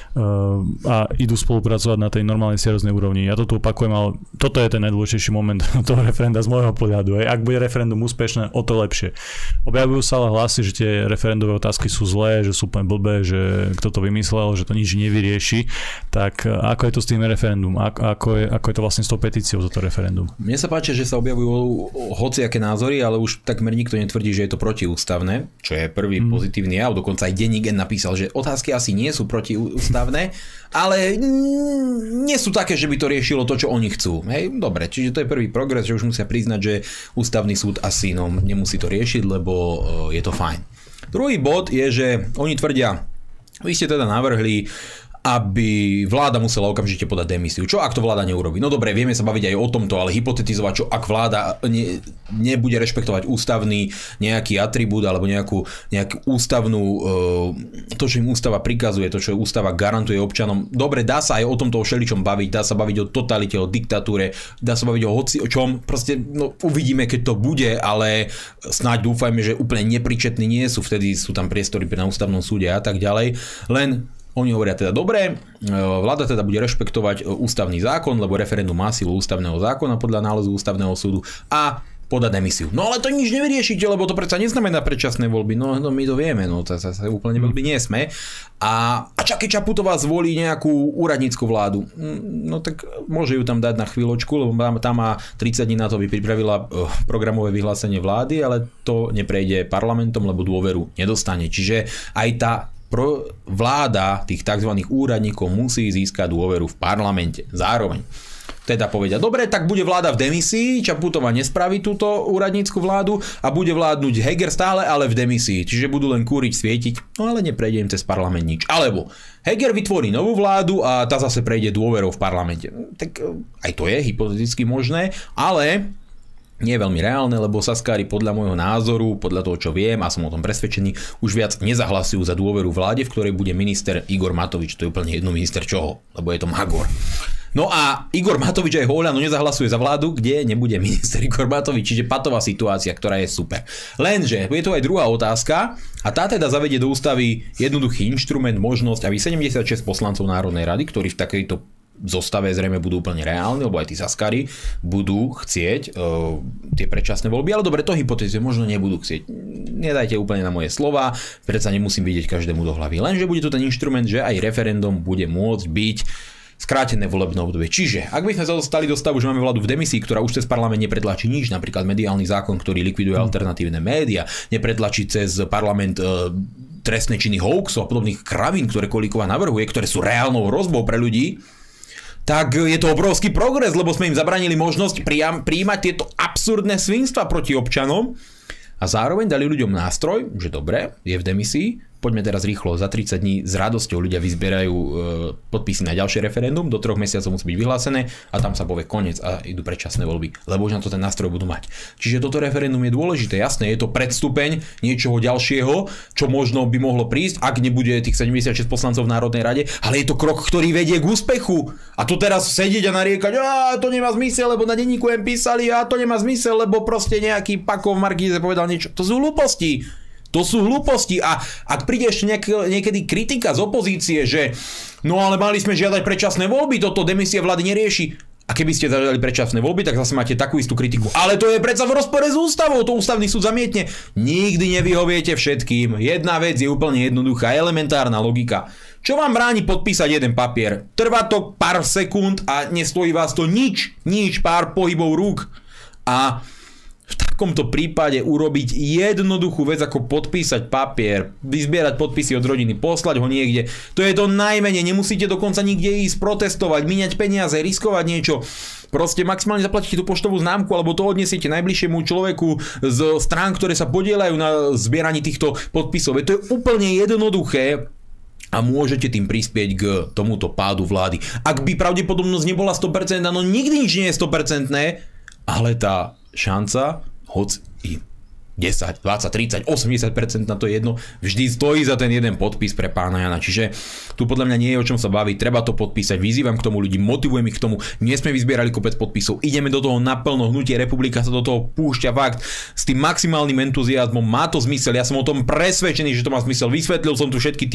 Speaker 1: a idú spolupracovať na tej normálnej serióznej úrovni. Ja to tu opakujem, ale toto je ten najdôležitejší moment toho referenda z môjho pohľadu. Ak bude referendum úspešné, o to lepšie. Objavujú sa ale hlasy, že tie referendové otázky sú zlé, že sú úplne blbé, že kto to vymyslel, že to nič nevyrieši. Tak ako je to s tým referendum? Ako je to vlastne s tou petíciou za to referendum?
Speaker 3: Mne sa páči, že sa objavujú hociaké názory, ale už takmer nikto netvrdí, že je to protiústavné, čo je prvý pozitívny jav. Dokonca aj denník N napísal, že otázky asi nie sú protiústavné, ale nie sú také, že by to riešilo to, čo oni chcú. Hej, dobre, čiže to je prvý progres, že už musia priznať, že ústavný súd asi nemusí to riešiť, lebo je to fajn. Druhý bod je, že oni tvrdia, vy ste teda navrhli, aby vláda musela okamžite podať demisiu. Čo ak to vláda neurobí? No dobre, vieme sa baviť aj o tomto, ale hypotetizovať, čo ak vláda nebude rešpektovať ústavný nejaký atribút alebo nejakú ústavnú, to, čo im ústava prikazuje, to, čo ústava garantuje občanom. Dobre, dá sa aj o tomto o všeličom baviť, dá sa baviť o totalite, o diktatúre, dá sa baviť o hoci o čom, proste uvidíme, keď to bude, ale snáď dúfajme, že úplne nepričetní nie sú, vtedy sú tam priestory na ústavnom súde a tak ďalej. Len oni hovoria teda, dobre, vláda teda bude rešpektovať ústavný zákon, lebo referendum má silu ústavného zákona podľa nálezu ústavného súdu a podať demisiu. No ale to nič nevyriešite, lebo to predsa neznamená predčasné voľby. No my to vieme, to sa úplne voľby nie sme. A Čaky Čaputová zvolí nejakú úradnícku vládu. No tak môže ju tam dať na chvíľočku, lebo tam má 30 dní na to, aby pripravila programové vyhlásenie vlády, ale to neprejde parlamentom, lebo dôveru nedostane. Čiže aj tá vláda tých tzv. Úradníkov musí získať dôveru v parlamente. Zároveň teda povedia, dobre, tak bude vláda v demisii, Čaputová nespraví túto úradnícku vládu a bude vládnuť Heger stále, ale v demisii. Čiže budú len kúriť, svietiť, no ale neprejde im cez parlament nič. Alebo Heger vytvorí novú vládu a tá zase prejde dôverou v parlamente. Tak aj to je hypoteticky možné, ale nie je veľmi reálne, lebo Saskári podľa môjho názoru, podľa toho, čo viem a som o tom presvedčený, už viac nezahlasujú za dôveru vláde, v ktorej bude minister Igor Matovič. To je úplne jedno minister čoho, lebo je to Magor. No a Igor Matovič aj Oľano nezahlasuje za vládu, kde nebude minister Igor Matovič, čiže patová situácia, ktorá je super. Lenže je tu aj druhá otázka a tá teda zavedie do ústavy jednoduchý inštrument, možnosť, aby 76 poslancov Národnej rady, ktorí v takejto zostave zrejme budú úplne reálne, lebo aj tí Saskári budú chcieť tie predčasné voľby, ale dobre, to hypotézie možno nebudú chcieť. Nedajte úplne na moje slova, predsa nemusím vidieť každému do hlavy. Lenže bude tu ten inštrument, že aj referendum bude môcť byť skrátené volebné obdobie. Čiže, ak by sme sa dostali do stavu, že máme vládu v demisii, ktorá už cez parlament nepretlačí nič, napríklad mediálny zákon, ktorý likviduje alternatívne médiá, nepretlačí cez parlament trestné činy hoaxov a podobných kravín, ktoré Kolíková navrhuje, ktoré sú reálnou hrozbou pre ľudí, tak je to obrovský progres, lebo sme im zabranili možnosť prijímať tieto absurdné svinstva proti občanom a zároveň dali ľuďom nástroj, že dobre, je v demisii, poďme teraz rýchlo, za 30 dní s radosťou ľudia vyzbierajú podpisy na ďalšie referendum, do 3 mesiacov musí byť vyhlásené a tam sa povie koniec a idú predčasné voľby, lebo už na to ten nástroj budú mať. Čiže toto referendum je dôležité, jasné, je to predstupeň niečoho ďalšieho, čo možno by mohlo prísť, ak nebude tých 76 poslancov v Národnej rade, ale je to krok, ktorý vedie k úspechu. A tu teraz sedieť a nariekať, to nemá zmysel, lebo na denníku M písali, a to nemá zmysel, lebo proste nejaký Pakov v Markíze povedal niečo. To sú hlúposti. To sú hlúposti a ak príde ešte niekedy kritika z opozície, že no ale mali sme žiadať predčasné voľby, toto demisia vlády nerieši. A keby ste zadali predčasné voľby, tak zase máte takú istú kritiku. Ale to je predsa v rozpore s ústavou, to ústavný súd zamietne. Nikdy nevyhoviete všetkým. Jedna vec je úplne jednoduchá, elementárna logika. Čo vám bráni podpísať jeden papier? Trvá to pár sekúnd a nestojí vás to nič, pár pohybov rúk. A takomto prípade urobiť jednoduchú vec, ako podpísať papier, vyzbierať podpisy od rodiny, poslať ho niekde. To je to najmenej, nemusíte dokonca nikde ísť protestovať, míňať peniaze, riskovať niečo. Proste maximálne zaplatíte tú poštovú známku alebo to odniesiete najbližšiemu človeku z strán, ktoré sa podieľajú na zbieraní týchto podpisov. To je úplne jednoduché a môžete tým prispieť k tomuto pádu vlády. Ak by pravdepodobnosť nebola 100%, no nikdy nič nie je 100%, ale tá šanca, hoď i 10, 20, 30, 80% na to jedno, vždy stojí za ten jeden podpis pre pána Jana. Čiže tu podľa mňa nie je o čom sa baviť, treba to podpísať, vyzývam k tomu ľudí, motivujem ich k tomu, nie sme vyzbierali kopec podpisov, ideme do toho naplno, Hnutie Republika sa do toho púšťa fakt s tým maximálnym entuziazmom, má to zmysel, ja som o tom presvedčený, že to má zmysel, vysvetlil som tu všetky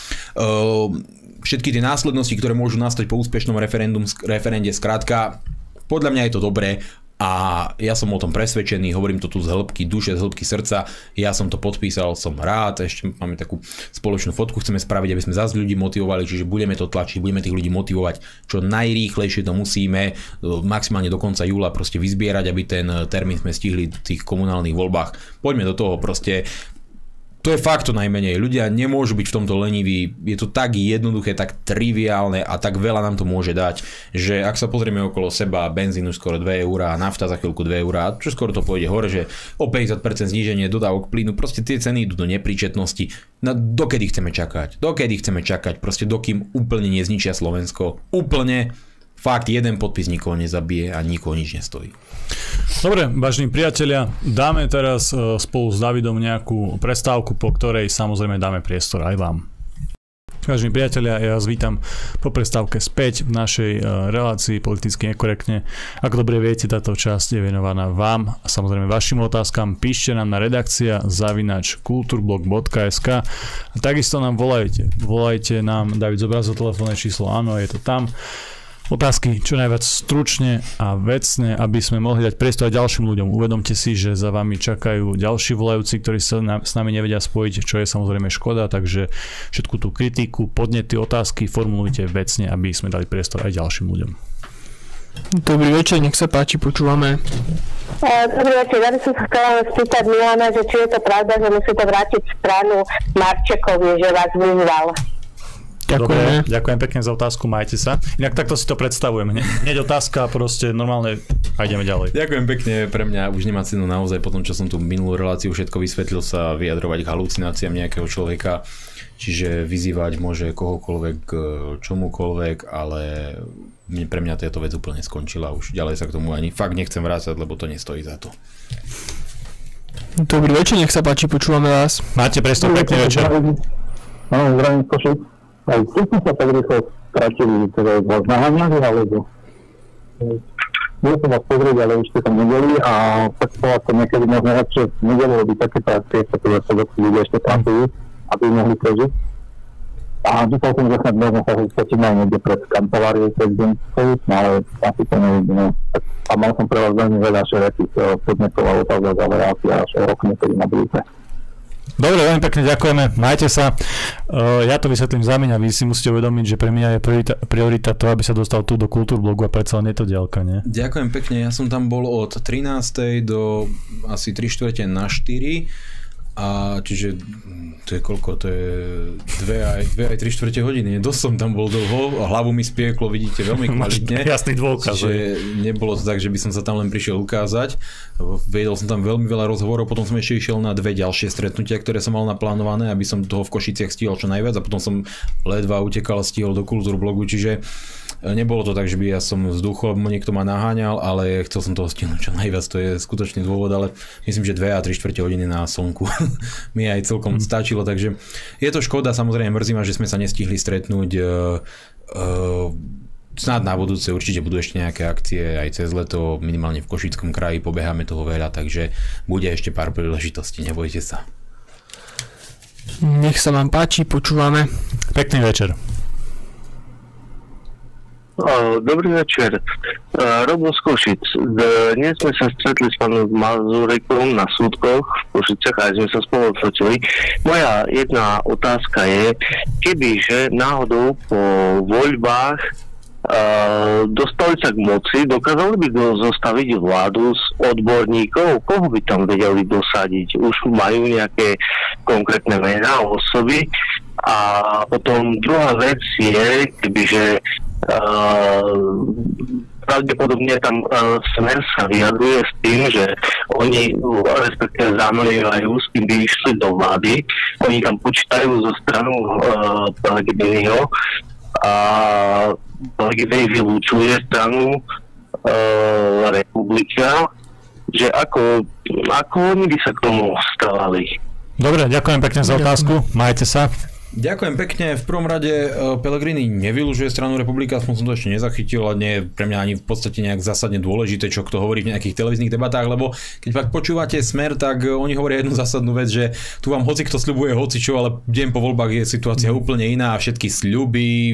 Speaker 3: tie následnosti, ktoré môžu nastať po úspešnom referende, skrátka, podľa mňa je to dobré. A ja som o tom presvedčený, hovorím to tu z hĺbky duše, z hĺbky srdca, ja som to podpísal, som rád, ešte máme takú spoločnú fotku, chceme spraviť, aby sme zase ľudí motivovali, čiže budeme to tlačiť, budeme tých ľudí motivovať, čo najrýchlejšie to musíme, maximálne do konca júla proste vyzbierať, aby ten termín sme stihli v tých komunálnych voľbách. Poďme do toho proste. To je fakt to najmenej. Ľudia nemôžu byť v tomto leniví. Je to tak jednoduché, tak triviálne a tak veľa nám to môže dať, že ak sa pozrieme okolo seba, benzín už skoro 2 eurá, nafta za chvíľku 2 eurá, čo skoro to pôjde hore, že o 50% zníženie dodávok plynu, proste tie ceny idú do nepríčetnosti. Dokedy chceme čakať? Proste dokým úplne nezničia Slovensko. Úplne. Fakt, jeden podpis nikoho nezabije a nikoho nič nestojí.
Speaker 1: Dobre, vážení priatelia, dáme teraz spolu s Davidom nejakú prestávku, po ktorej samozrejme dáme priestor aj vám. Vážení priatelia, ja vás vítam po prestávke späť v našej relácii Politicky nekorektne. Ako dobre viete, táto časť je venovaná vám a samozrejme vašim otázkam. Píšte nám na redakcia@kulturblog.sk a takisto nám volajte nám, David zobrazil telefónne číslo, áno, je to tam. Otázky čo najviac stručne a vecne, aby sme mohli dať priestor aj ďalším ľuďom. Uvedomte si, že za vami čakajú ďalší volajúci, ktorí sa s nami nevedia spojiť, čo je samozrejme škoda, takže všetku tú kritiku, podnety, otázky formulujte vecne, aby sme dali priestor aj ďalším ľuďom.
Speaker 2: Dobrý večer, nech sa páči, počúvame.
Speaker 4: Dobrý večer, ja by som sa chcela spýtať Milana, že či je to pravda, že musíte vrátiť stranu Marčekovi, že vás vyzval.
Speaker 1: Dobre, ďakujem pekne za otázku, majte sa. Inak takto si to predstavujem. Hneď otázka, proste normálne a ideme ďalej.
Speaker 3: Ďakujem pekne, pre mňa už nemá cenu naozaj po tom, čo som tu minulú reláciu všetko vysvetlil, sa vyjadrovať k halucináciám nejakého človeka. Čiže vyzývať môže kohokoľvek k čomukoľvek, ale pre mňa táto vec úplne skončila. Už ďalej sa k tomu ani fakt nechcem vrácať, lebo to nestojí za to.
Speaker 2: Dobrý večer, nech sa páči, počúvame vás.
Speaker 1: Máte priestor, pekný večer.
Speaker 5: Áno, zdravím Košic. Aj všetci sa tak rýchlo stratili, teda vás naháňali, alebo nie som vás pozrieť, ale už ste tam nedeli a tak povedať som niekedy možno lepšie nedeli robiť také prácie, ktoré sa dosti ľudia ešte pracujú, aby mohli prežiť. A dúfal som, že snad možno sa spočím aj niekde pred kanceláriou prezidentskou, ale asi to nevidíme. A mal som pre vás veľmi veľa všelijakých podnetov a otázok a relácií až o rok niekedy na budúce.
Speaker 1: Dobre, veľmi pekne ďakujeme, majte sa. Ja to vysvetlím za mňa, vy si musíte uvedomiť, že pre mňa je priorita to, aby sa dostal tu do Kultúrblogu a predsa len je to diaľka, nie?
Speaker 3: Ďakujem pekne, ja som tam bol od 13. do asi 3/4 na 4. A čiže to je koľko? To je 2 aj 3/4 hodiny. Dosť som tam bol dlho a hlavu mi spieklo, vidíte, veľmi kvalitne.
Speaker 1: Jasný dôkaz.
Speaker 3: Čiže nebolo to tak, že by som sa tam len prišiel ukázať. Vedel som tam veľmi veľa rozhovorov, potom som ešte išiel na 2 ďalšie stretnutia, ktoré som mal naplánované, aby som toho v Košiciach stihol čo najviac a potom som ledva utekal a stihol do Kultúrblogu, čiže nebolo to tak, že by ja som vzduchom, niekto ma naháňal, ale chcel som toho stihnúť čo najviac, to je skutočný dôvod, ale myslím, že 2 a 3/4 hodiny na slnku mi aj celkom stačilo, takže je to škoda, samozrejme mrzí ma, že sme sa nestihli stretnúť. Snad na budúce určite budú ešte nejaké akcie aj cez leto, minimálne v Košickom kraji, pobeháme toho veľa, takže bude ešte pár príležitostí, nebojte sa.
Speaker 2: Nech sa vám páči, počúvame.
Speaker 1: Pekný večer.
Speaker 5: Dobrý večer. Robo z Košic. Dnes sme sa stretli s pánom Mazurikom na súdkoch v Košiciach a sme sa spolu fotili. Moja jedna otázka je, kebyže náhodou po voľbách dostali sa k moci, dokázali by zostaviť vládu z odborníkov, koho by tam vedeli dosadiť? Už majú nejaké konkrétne mená, osoby. A potom druhá vec je, kebyže pravdepodobne tam Smer sa vyjadruje s tým, že oni respektíve zamlievajú, s tým by išli do vlády. Oni tam počítajú zo stranu Pellegriniho a Pellegrini vylúčuje stranu Republika, že ako oni by sa k tomu stávali.
Speaker 1: Dobre, ďakujem pekne za otázku. Majte sa.
Speaker 3: Ďakujem pekne. V prvom rade Pellegrini nevylúžuje stranu Republika, aspoň som to ešte nezachytil a nie je pre mňa ani v podstate nejak zásadne dôležité, čo kto hovorí v nejakých televíznych debatách, lebo keď pak počúvate Smer, tak oni hovoria jednu zásadnú vec, že tu vám hoci kto sľubuje hocičo, ale deň po voľbách je situácia úplne iná a všetky sľuby,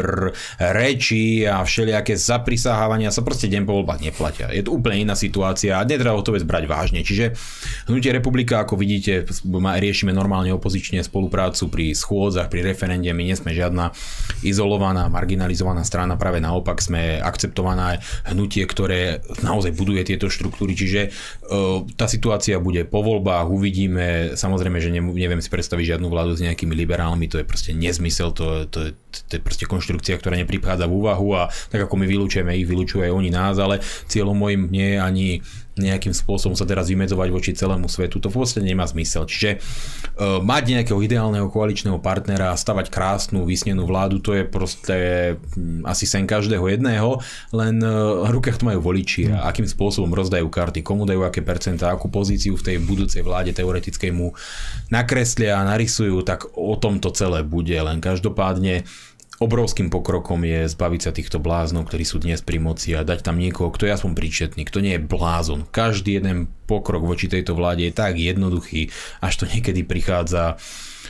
Speaker 3: reči a všelijaké zaprisahávania sa proste deň po voľbách neplatia. Je to úplne iná situácia a netreba to vec brať vážne. Čiže Hnutie Republika, ako vidíte, riešime normálne opozične spoluprácu pri schôdzach, pri referende, my nie sme žiadna izolovaná, marginalizovaná strana, práve naopak sme akceptované hnutie, ktoré naozaj buduje tieto štruktúry, čiže tá situácia bude po voľbách, uvidíme, samozrejme, že neviem si predstaviť žiadnu vládu s nejakými liberálmi, to je proste nezmysel, to je proste konštrukcia, ktorá neprichádza v úvahu a tak ako my vylúčujeme ich, vylúčujú aj oni nás, ale cieľom môjim nie je ani nejakým spôsobom sa teraz vymedzovať voči celému svetu, to v podstate nemá zmysel. Čiže mať nejakého ideálneho koaličného partnera a stavať krásnu, vysnenú vládu, to je proste asi sen každého jedného, len v rukách to majú voliči a akým spôsobom rozdajú karty, komu dajú aké percentá, akú pozíciu v tej budúcej vláde teoretickej mu nakreslia a narysujú, tak o tom to celé bude, len každopádne obrovským pokrokom je zbaviť sa týchto bláznov, ktorí sú dnes pri moci a dať tam niekoho, kto je aspoň príčetný, kto nie je blázon. Každý jeden pokrok voči tejto vláde je tak jednoduchý, až to niekedy prichádza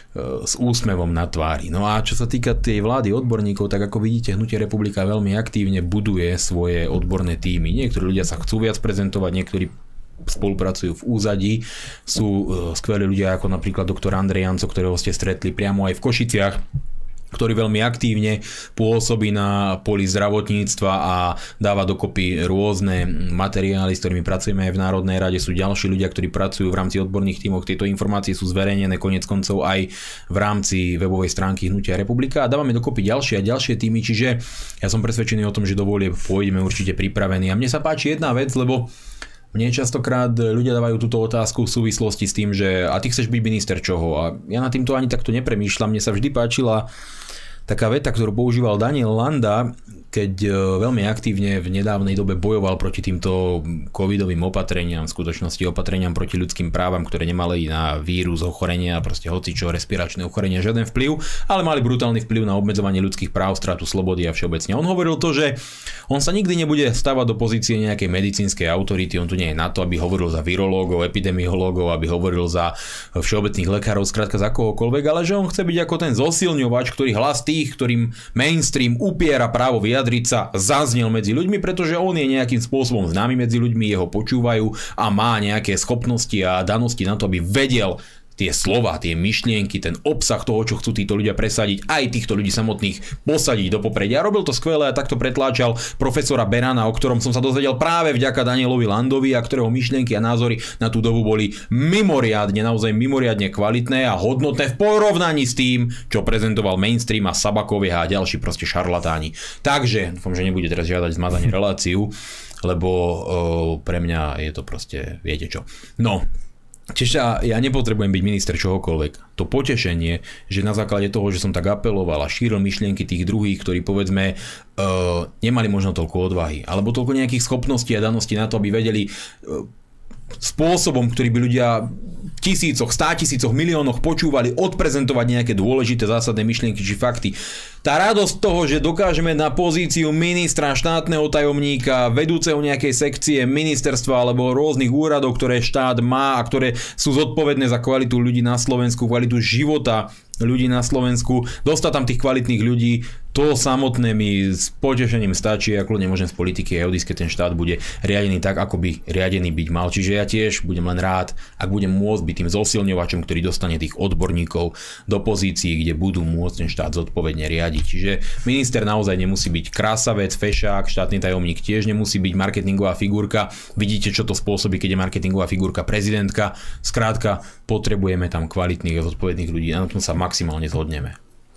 Speaker 3: s úsmevom na tvári. No a čo sa týka tej vlády odborníkov, tak ako vidíte, Hnutie Republika veľmi aktívne buduje svoje odborné týmy. Niektorí ľudia sa chcú viac prezentovať, niektorí spolupracujú v úzadí. Sú skvelí ľudia ako napríklad doktor Andrej Janco, ktorého ste stretli priamo aj v Košiciach, ktorý veľmi aktívne pôsobí na poli zdravotníctva a dáva dokopy rôzne materiály, s ktorými pracujeme aj v Národnej rade. Sú ďalší ľudia, ktorí pracujú v rámci odborných tímov. Tieto informácie sú zverejnené konec koncov aj v rámci webovej stránky Hnutia Republika a dávame dokopy ďalšie a ďalšie týmy, čiže ja som presvedčený o tom, že do volieb pôjdeme určite pripravení. A mne sa páči jedna vec, lebo mne častokrát ľudia dávajú túto otázku v súvislosti s tým, že a ty chceš byť minister čoho? A ja nad týmto ani takto nepremýšľam. Mne sa vždy páčila taká veta, ktorú používal Daniel Landa, keď veľmi aktívne v nedávnej dobe bojoval proti týmto covidovým opatreniam, v skutočnosti opatreniam proti ľudským právam, ktoré nemali na vírus, ochorenia, proste hocičo, respiračné ochorenia, žiaden vplyv, ale mali brutálny vplyv na obmedzovanie ľudských práv, stratu slobody a všeobecne. On hovoril to, že on sa nikdy nebude stavať do pozície nejakej medicínskej autority, on tu nie je na to, aby hovoril za virológov, epidemiológov, aby hovoril za všeobecných lekárov, skrátka za kohokoľvek, ale že on chce byť ako ten zosilňovač, ktorý hlas tých, ktorým mainstream upiera právo vyjadriť sa, zaznel medzi ľuďmi, pretože on je nejakým spôsobom známy medzi ľuďmi, jeho počúvajú a má nejaké schopnosti a danosti na to, aby vedel tie slova, tie myšlienky, ten obsah toho, čo chcú títo ľudia presadiť, aj týchto ľudí samotných posadiť do popredia. Robil to skvelé a takto pretláčal profesora Berana, o ktorom som sa dozvedel práve vďaka Danielovi Landovi a ktorého myšlienky a názory na tú dobu boli mimoriadne, naozaj mimoriadne kvalitné a hodnotné v porovnaní s tým, čo prezentoval mainstream a Sabakovia a ďalší proste šarlatáni. Takže dúfam, že nebude teraz žiadať zmazanie reláciu, lebo pre mňa je to proste, viete čo. No, čiže ja nepotrebujem byť minister čohokoľvek. To potešenie, že na základe toho, že som tak apeloval a šíril myšlienky tých druhých, ktorí povedzme nemali možno toľko odvahy, alebo toľko nejakých schopností a daností na to, aby vedeli spôsobom, ktorý by ľudia tisícoch, 100 000, miliónoch počúvali, odprezentovať nejaké dôležité zásadné myšlienky či fakty. Tá radosť toho, že dokážeme na pozíciu ministra, štátneho tajomníka, vedúceho nejakej sekcie ministerstva alebo rôznych úradov, ktoré štát má a ktoré sú zodpovedné za kvalitu ľudí na Slovensku, kvalitu života ľudí na Slovensku, dostať tam tých kvalitných ľudí, To samotné mi s potešením stačí, ako nemôžem z politiky a odísť, keď ten štát bude riadený tak, ako by riadený byť mal. Čiže ja tiež budem len rád, ak budem môcť byť tým zosilňovačom, ktorý dostane tých odborníkov do pozícií, kde budú môcť ten štát zodpovedne riadiť. Čiže minister naozaj nemusí byť krásavec, fešák, štátny tajomník tiež nemusí byť marketingová figurka. Vidíte, čo to spôsobí, keď je marketingová figurka prezidentka. Skrátka, potrebujeme tam kvalitných a zodpovedných ľudí. Na tom sa maximálne zhodneme.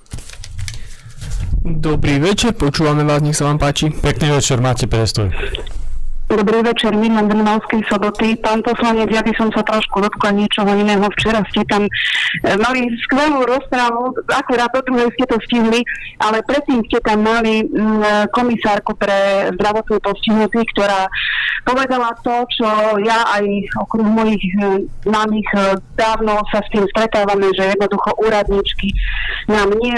Speaker 2: Dobrý večer, počúvame vás, nech sa vám páči.
Speaker 1: Pekný večer, máte priestor.
Speaker 6: Dobrý večer, Milan Brnovskej Soboty. Pán poslanec, ja by som sa trošku dotkla niečoho iného. Včera ste tam mali skvelú rozprávu, akurát do druhej ste to stihli, ale predtým ste tam mali komisárku pre zdravotne postihnutých, ktorá povedala to, čo ja aj okruh mojich známych dávno sa s tým stretávame, že jednoducho úradničky nám nie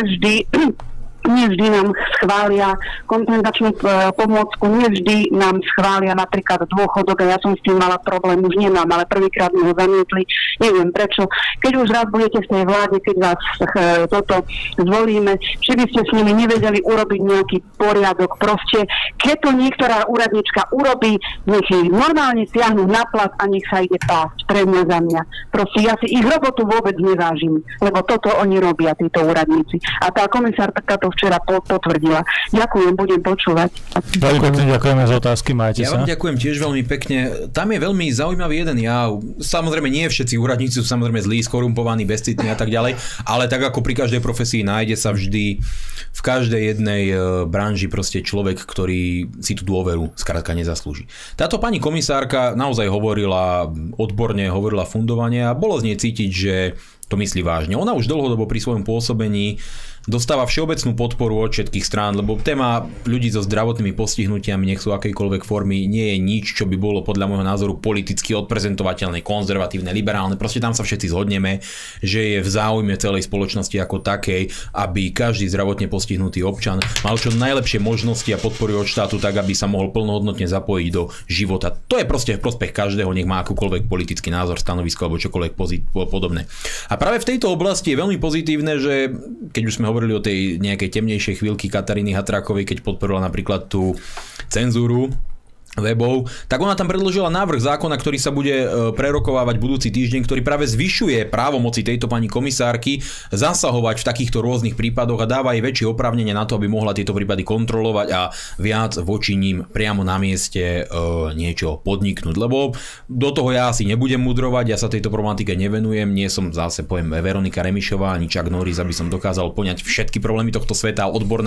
Speaker 6: vždy nám schvália kompenzačnú pomôcku, nie vždy nám schvália napríklad dôchodok a ja som s tým mala problém, už nemám, ale prvýkrát mi ho zamietli, neviem prečo. Keď už raz budete v tej vláde, keď vás toto zvolíme, či by ste s nimi nevedeli urobiť nejaký poriadok, proste keď to niektorá úradnička urobí, nech ich normálne tiahnu na plat a nech sa ide pásť, pre mňa za mňa. Proste ja si ich robotu vôbec nevážim, lebo toto oni robia, títo úradníci. A tá komisárka to včera potvrdila. Ďakujem, budem počúvať.
Speaker 1: Ďakujeme za otázky, majte sa.
Speaker 3: Ja vám ďakujem tiež veľmi pekne. Tam je veľmi zaujímavý jeden jav. Samozrejme, nie všetci úradníci sú samozrejme zlí, skorumpovaní, bezcitní a tak ďalej, ale tak ako pri každej profesii nájde sa vždy v každej jednej branži proste človek, ktorý si tú dôveru skrátka nezaslúži. Táto pani komisárka naozaj hovorila odborne, hovorila fundovane a bolo z nej cítiť, že to myslí vážne. Ona už dlhodobo pri svojom pôsobení dostáva všeobecnú podporu od všetkých strán, lebo téma ľudí so zdravotnými postihnutiami, nech sú akejkoľvek formy, nie je nič, čo by bolo podľa môjho názoru politicky odprezentovateľné, konzervatívne, liberálne. Proste tam sa všetci zhodneme, že je v záujme celej spoločnosti ako takej, aby každý zdravotne postihnutý občan mal čo najlepšie možnosti a podpory od štátu tak, aby sa mohol plnohodnotne zapojiť do života. To je proste v prospech každého, nech má akúkoľvek politický názor, stanovisko alebo čokoľvek podobné. A práve v tejto oblasti je veľmi pozitívne, že keď už sme hovorili o tej nejakej temnejšej chvíľky Kataríny Hatrákovej, keď podporila napríklad tú cenzúru webov, tak ona tam predložila návrh zákona, ktorý sa bude prerokovávať budúci týždeň, ktorý práve zvyšuje právomoci tejto pani komisárky zasahovať v takýchto rôznych prípadoch a dáva jej väčšie oprávnenie na to, aby mohla tieto prípady kontrolovať a viac voči ním priamo na mieste niečo podniknúť. Lebo do toho ja asi nebudem mudrovať, ja sa tejto problematike nevenujem, nie som zase poviem Veronika Remišová ani Chuck Norris, aby som dokázal poňať všetky problémy tohto sveta,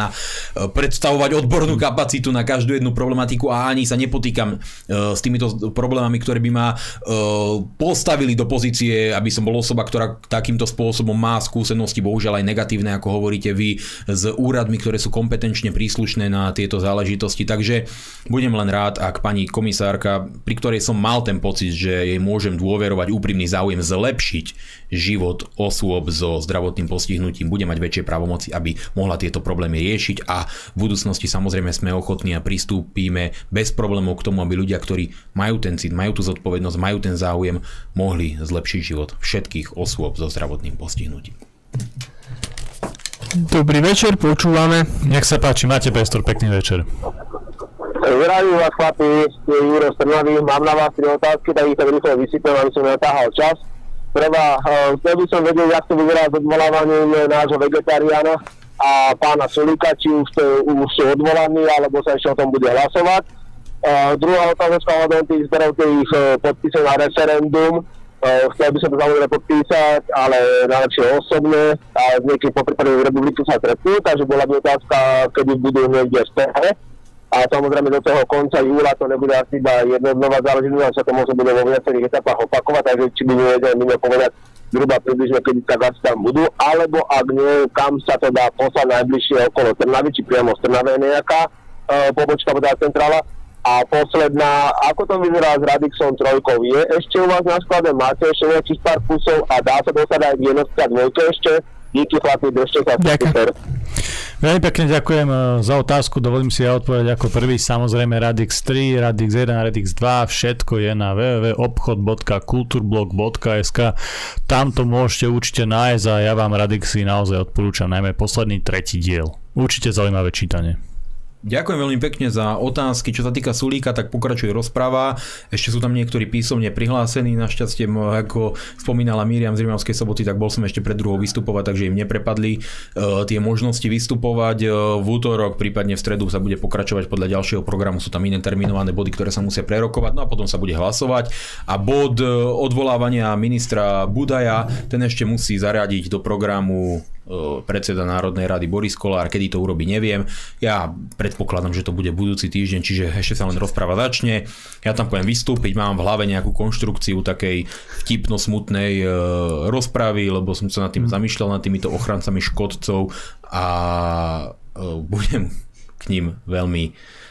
Speaker 3: predstavovať odbornú kapacitu na každú jednu problematiku a ani sa potýkam s týmito problémami, ktoré by ma postavili do pozície, aby som bol osoba, ktorá takýmto spôsobom má skúsenosti, bohužiaľ aj negatívne, ako hovoríte vy, s úradmi, ktoré sú kompetenčne príslušné na tieto záležitosti. Takže budem len rád, ak pani komisárka, pri ktorej som mal ten pocit, že jej môžem dôverovať úprimný záujem zlepšiť život osôb so zdravotným postihnutím, bude mať väčšie právomoci, aby mohla tieto problémy riešiť a v budúcnosti samozrejme sme ochotní a pristúpime bez problémov k tomu, aby ľudia, ktorí majú ten cit, majú tú zodpovednosť, majú ten záujem, mohli zlepšiť život všetkých osôb so zdravotným postihnutím.
Speaker 2: Dobrý večer, počúvame.
Speaker 1: Nech sa páči, máte priestor, pekný večer.
Speaker 5: Zdravím vás, chlapi, je Juro z Trnavy, mám na vás 3 otázky, tak ich tak rýchlo vysypem, aby som netáhal čas. Prvá, chcel by som vedieť, jak to vyzerá s odvolávaním nášho vegetariána a pána Sulíka, či už sú odvolaní, alebo sa ešte o tom bude hlasovať. Druhá otázka ohľadom tých zdravotných podpisov na referendum. Chcel by som to samozrejme podpísať, ale najlepšie osobne a s niekým po prípade v republike sa stretnú, takže bola by otázka, kedy budú niekde v Prahe. A samozrejme do toho konca júla to nebude asi iba jednodňová záležitosť, a sa to možno bude vo viacerých etapách opakovať, takže či by nevedel mi povedať zhruba približne, kedy tak asi tam budú, alebo ak nie, kam sa to dá poslať najbližšie okolo Trnavy, či priamo z Trnave nejaká pobočka, teda centrála. A posledná, ako to vyzerá s Radixom 3? Je ešte u vás na sklade? Máte ešte nejakých pár kusov a dá sa dostať aj v jednotka 2 ešte? Díky, chlapi, držte sa. Super.
Speaker 1: Veľmi pekne ďakujem za otázku, dovolím si ja odpovedať ako prvý. Samozrejme Radix 3, Radix 1, Radix 2, všetko je na www.obchod.kulturblog.sk, tam to môžete určite nájsť a ja vám Radixy naozaj odporúčam, najmä posledný 3. diel. Určite zaujímavé čítanie.
Speaker 3: Ďakujem veľmi pekne za otázky. Čo sa týka Sulíka, tak pokračuje rozpráva. Ešte sú tam niektorí písomne prihlásení. Našťastie, ako spomínala Miriam z Rimavskej Soboty, tak bol som ešte pred druhou vystupovať, takže im neprepadli tie možnosti vystupovať. V útorok, prípadne v stredu sa bude pokračovať podľa ďalšieho programu. Sú tam iné terminované body, ktoré sa musia prerokovať. No a potom sa bude hlasovať. A bod odvolávania ministra Budaja, ten ešte musí zaradiť do programu predseda Národnej rady Boris Kollár. Kedy to urobí, neviem. Ja predpokladám, že to bude budúci týždeň, čiže ešte sa len rozpráva začne. Ja tam poviem vystúpiť, mám v hlave nejakú konštrukciu takej vtipno-smutnej rozpravy, lebo som sa nad tým zamýšľal, nad týmito ochrancami škodcov a budem k ním veľmi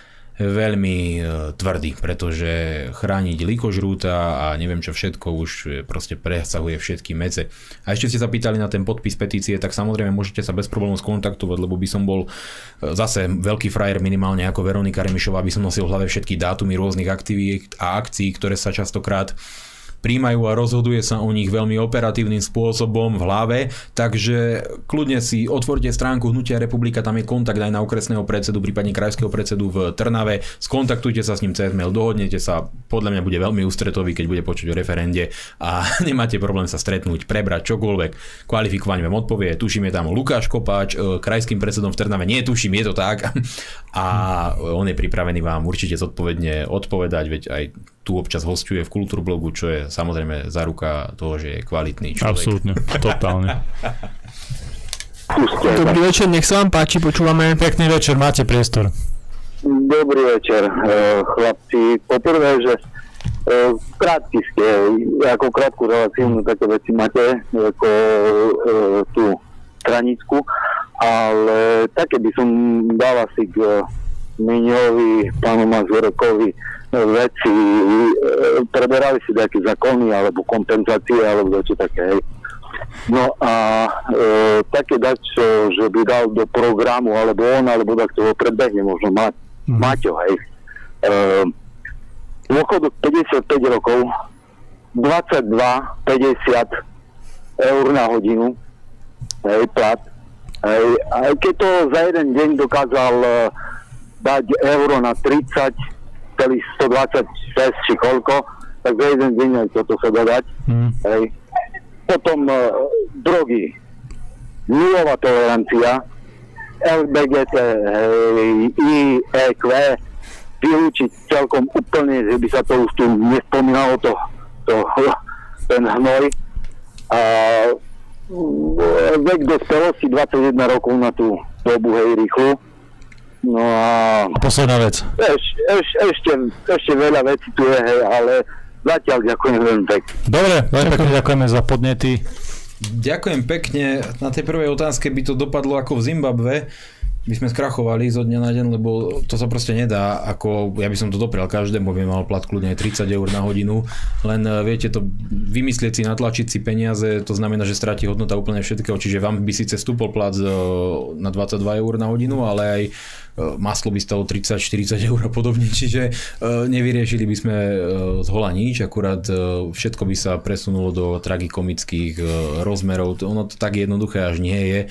Speaker 3: tvrdý, pretože chrániť likožrúta a neviem čo všetko už proste presahuje všetky medze. A ešte ste sa pýtali na ten podpis petície, tak samozrejme môžete sa bez problémov skontaktovať, lebo by som bol zase veľký frajer minimálne ako Veronika Remišová, aby som nosil v hlave všetky dátumy rôznych aktivít a akcií, ktoré sa častokrát príjmajú a rozhoduje sa o nich veľmi operatívnym spôsobom v hlave, takže kľudne si otvorte stránku Hnutia Republika, tam je kontakt aj na okresného predsedu, prípadne krajského predsedu v Trnave, skontaktujte sa s ním cez mail, dohodnete sa, podľa mňa bude veľmi ústretový, keď bude počuť o referende a nemáte problém sa stretnúť, prebrať čokoľvek, kvalifikovanie vám odpovie, tuším je tam Lukáš Kopáč, krajským predsedom v Trnave, nie tuším, je to tak a on je pripravený vám určite zodpovedne odpovedať, veď aj tu občas hosťuje v Kultúrblogu, čo je samozrejme záruka toho, že je kvalitný človek.
Speaker 1: Absolútne, totálne.
Speaker 2: Dobrý večer, nech sa vám páči, počúvame.
Speaker 1: Pekný večer, máte priestor.
Speaker 5: Dobrý večer, chlapci. Poprvé, že krátky ste, ako krátku reláciu, také veci máte, ako tú stranickú, ale také by som dal asi k Miňovi, pánu Mazurekovi veci, preberali si nejaké zákony alebo kompenzácie alebo čo také, hej. No a také dať, že by dal do programu alebo on, alebo tak toho predbehne možno Maťo, hej. Dôchodok 55 rokov, 22,50 eur na hodinu, hej, plat. Hej. A keď to za jeden deň dokázal dať euro na 30,126 či koľko, tak za jeden deň aj toto sa dá dať. Hej. Potom drogy, nulová tolerancia, LGBT, IEQ, vylúčiť celkom úplne, že by sa to už tu nespomínalo, ten hnoj. A vek dospelosti 21 rokov na tú dobu, hej, rýchlu. No a
Speaker 1: posledná vec.
Speaker 5: Ešte veľa vecí tu je, hej, ale zatiaľ ďakujem veľmi pekne.
Speaker 1: Dobre, veľmi pekne ďakujeme za podnety.
Speaker 3: Ďakujem pekne. Na tej prvej otázke by to dopadlo ako v Zimbabwe. By sme skrachovali zo dňa na deň, lebo to sa proste nedá, ako ja by som to doprial každému, by mal plat kľudne aj 30 eur na hodinu, len viete to vymyslieť si, natlačiť si peniaze, to znamená, že stratí hodnota úplne všetkého, čiže vám by síce stúpol plat na 22 eur na hodinu, ale aj maslo by stalo 30-40 eur a podobne, čiže nevyriešili by sme zhola nič, akurát všetko by sa presunulo do tragikomických rozmerov, ono to tak jednoduché až nie je.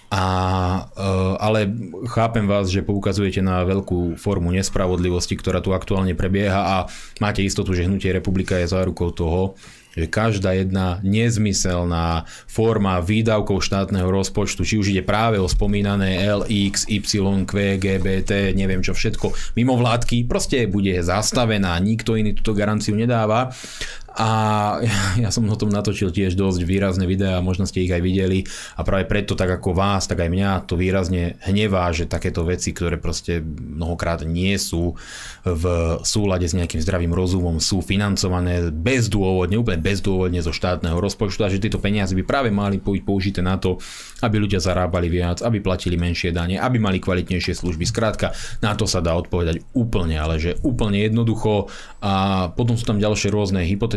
Speaker 3: Ale chápem vás, že poukazujete na veľkú formu nespravodlivosti, ktorá tu aktuálne prebieha a máte istotu, že Hnutie Republika je zárukou toho, že každá jedna nezmyselná forma výdavkov štátneho rozpočtu, či už ide práve o spomínané LX, YQ, GBT, neviem čo všetko, mimovládky, proste bude zastavená, nikto iný túto garanciu nedáva. A ja som o tom natočil tiež dosť výrazné videá, možno ste ich aj videli a práve preto tak ako vás, tak aj mňa to výrazne hnevá, že takéto veci, ktoré proste mnohokrát nie sú v súlade s nejakým zdravým rozumom, sú financované bezdôvodne, úplne bezdôvodne zo štátneho rozpočtu a že tieto peniaze by práve mali byť použité na to, aby ľudia zarábali viac, aby platili menšie dane, aby mali kvalitnejšie služby. Skrátka, na to sa dá odpovedať úplne, ale že úplne jednoducho a potom sú tam ďalšie rôzne hypotetické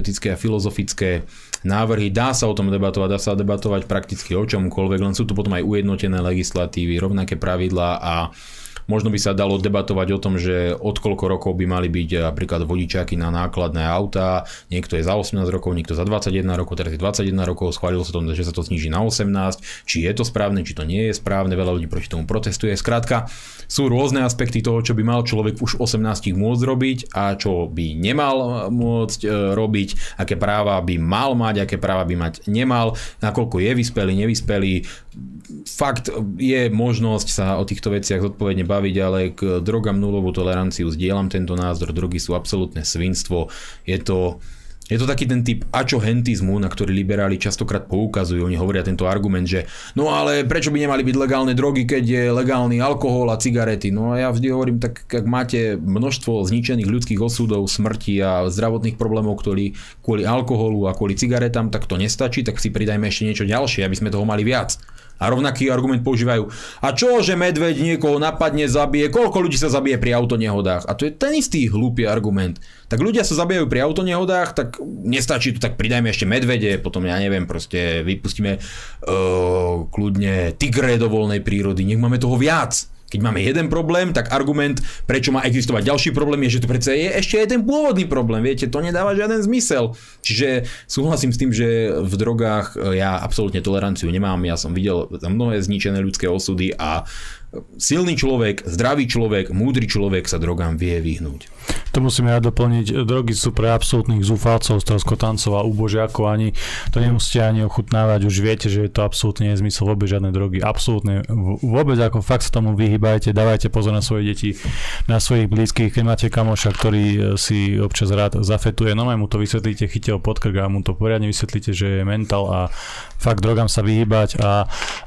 Speaker 3: hypotetické a filozofické návrhy. Dá sa o tom debatovať prakticky o čomkoľvek, len sú tu potom aj ujednotené legislatívy, rovnaké pravidlá a možno by sa dalo debatovať o tom, že od koľko rokov by mali byť napríklad vodičáky na nákladné autá. Niekto je za 18 rokov, niekto za 21 rokov, teraz je 21 rokov, schválilo sa to, že sa to zníži na 18. Či je to správne, či to nie je správne, veľa ľudí proti tomu protestuje. Skrátka, sú rôzne aspekty toho, čo by mal človek už 18 môcť robiť a čo by nemal môcť robiť, aké práva by mal mať, aké práva by mať nemal, nakoľko je vyspelý, nevyspelý. Fakt je možnosť sa o týchto veciach zodpovedne baviť, ale k drogám nulovú toleranciu zdieľam tento názor. Drogy sú absolútne svinstvo. Je to taký ten typ ačohentizmu, na ktorý liberáli častokrát poukazujú. Oni hovoria tento argument, že no ale prečo by nemali byť legálne drogy, keď je legálny alkohol a cigarety? No a ja vždy hovorím, tak ak máte množstvo zničených ľudských osudov, smrti a zdravotných problémov kvôli alkoholu a kvôli cigaretám, tak to nestačí, tak si pridajme ešte niečo ďalšie, aby sme toho mali viac. A rovnaký argument používajú. A čo, že medveď niekoho napadne, zabije? Koľko ľudí sa zabije pri autonehodách? A to je ten istý hlúpy argument. Tak ľudia sa zabijajú pri autonehodách, tak nestačí to, tak pridajme ešte medvede, potom ja neviem, proste vypustíme kľudne tigre do voľnej prírody. Nech máme toho viac. Keď máme jeden problém, tak argument, prečo má existovať ďalší problém, je, že to predsa je ešte aj ten pôvodný problém. Viete, to nedáva žiaden zmysel. Čiže súhlasím s tým, že v drogách ja absolútne toleranciu nemám. Ja som videl mnohé zničené ľudské osudy a silný človek, zdravý človek, múdry človek sa drogám vie vyhnúť.
Speaker 1: To musíme aj doplniť. Drogy sú pre absolútnych zúfalcov, stroskotancov a úbožiakov. Ani to nemusíte ani ochutnávať. Už viete, že je to absolútne nezmysel, vôbec žiadne drogy. Absolútne vôbec, ako fakt sa tomu vyhýbajte. Dávajte pozor na svoje deti, na svojich blízkych. Keď máte kamoša, ktorý si občas rád zafetuje, no mu to vysvetlíte, chyťte ho pod krk a mu to poriadne vysvetlíte, že je mentál a fakt drogám sa vyhýbať a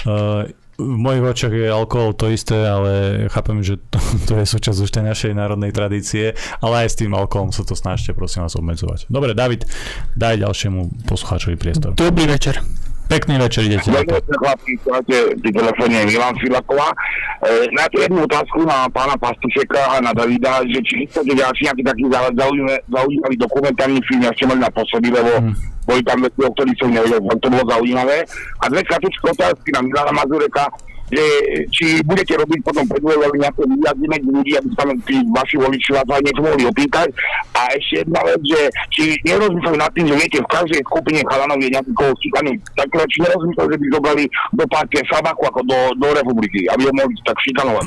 Speaker 1: v mojich očiach je alkohol to isté, ale chápem, že to je súčasť už tej našej národnej tradície, ale aj s tým alkoholom sa to snažte, prosím vás, obmedzovať. Dobre, David, daj ďalšiemu poslucháčovi priestor.
Speaker 2: Dobrý večer.
Speaker 1: Pekný večer, idete.
Speaker 7: Dobre, chlapí, pri telefóne Milan Filaková. Na jednu otázku na pána Pastušeka a na Davida, že či chcete ďalší nejaký taký zaujímavý dokumentárny film, ja ste mali naposledy, lebo boli tam veci, o ktorých som nevedel, to bolo zaujímavé. A dve kratučké otázky na Milana Mazureka, že či budete robiť potom predvoľovali nejaké vyjadrenie ľudí, aby sa tí vaši voliči vás aj niečo mohli opýtať. A ešte jedna vec, že či nerozmýšľali nad tým, že viete, v každej skupine chalanov je nejaký koho šikaný, tak či nerozmýšľali, že by zobrali do partie Sabaku ako do republiky, aby ho mohli tak šikanovať.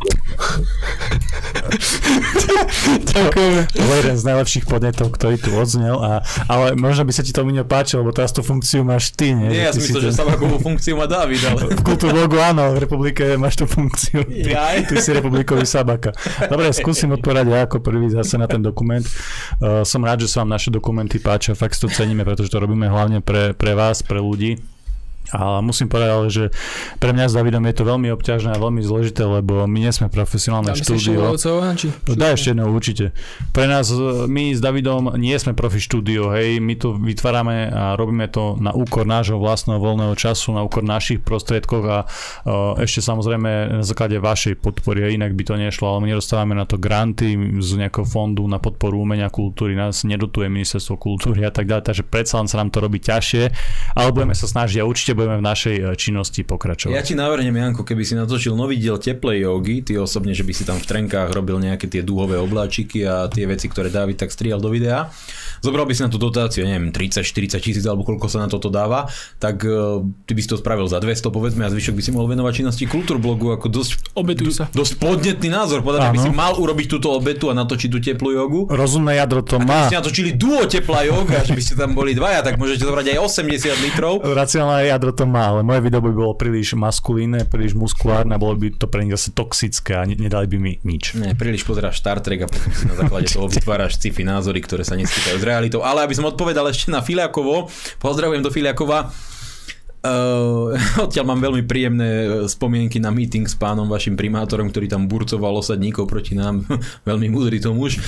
Speaker 2: Ďakujeme.
Speaker 1: To je jeden z najlepších podnetov, ktorý tu odznel, ale možno by sa ti to Miňo páčilo, lebo teraz tú funkciu máš ty, nie?
Speaker 3: Nie, ja som myslel, že Sabakovú funkciu má David, ale...
Speaker 1: V Kultúrblogu áno, v Republike máš tú funkciu. Ty si republikový Sabaka. Dobre, skúsim odpovedať ja ako prvý zase na ten dokument. Som rád, že sa vám naše dokumenty páčia, fakt si to ceníme, pretože to robíme hlavne pre vás, pre ľudí. A musím povedať, ale, že pre mňa s Davidom je to veľmi obťažné a veľmi zložité, lebo my nie sme profesionálne štúdio. Daj ešte jednou, určite. Pre nás, my s Davidom nie sme profi štúdio, hej, my to vytvárame a robíme to na úkor nášho vlastného voľného času, na úkor našich prostriedkov a ešte samozrejme na základe vašej podpory, inak by to nešlo, ale my nedostávame na to granty z nejakého fondu na podporu umenia kultúry, nás nedotuje ministerstvo kultúry a tak ďalej, takže predsa len sa nám to robí ťažšie, ale budeme sa snažiť a určite budeme v našej činnosti pokračovať.
Speaker 3: Ja ti navrhnem, Janko, keby si natočil nový diel teplej jogy, ty osobne, že by si tam v trenkách robil nejaké tie dúhové obláčiky a tie veci, ktoré Dávid tak strihal do videa. Zobral by si na tú dotáciu, neviem, 30-40 tisíc alebo koľko sa na toto dáva, tak ty by si to spravil za 200, povedzme, a zvyšok by si mohol venovať činnosti Kultúrblogu ako dosť podnetný názor. Podľa mňa by si mal urobiť túto obetu a natočiť tú teplú jogu.
Speaker 1: Rozumné jadro to má.
Speaker 3: A keby ste natočili duo teplá joga, že by ste tam boli dvaja, tak môžete zobrať aj 80 litrov.
Speaker 1: Racionálne jadro to má, ale moje video by bolo príliš maskulínne, príliš muskulárne, bolo by to pre nich zase toxické a nedali by mi nič.
Speaker 3: Nie, príliš pozeráš Star Trek a potom si na základe toho vytváraš sci-fi názory, ktoré sa nestýkajú s realitou. Ale aby som odpovedal ešte na Filiakovo, pozdravujem do Filiakova. Odtiaľ mám veľmi príjemné spomienky na meeting s pánom vašim primátorom, ktorý tam burcoval osadníkov proti nám. Veľmi múdry to muž.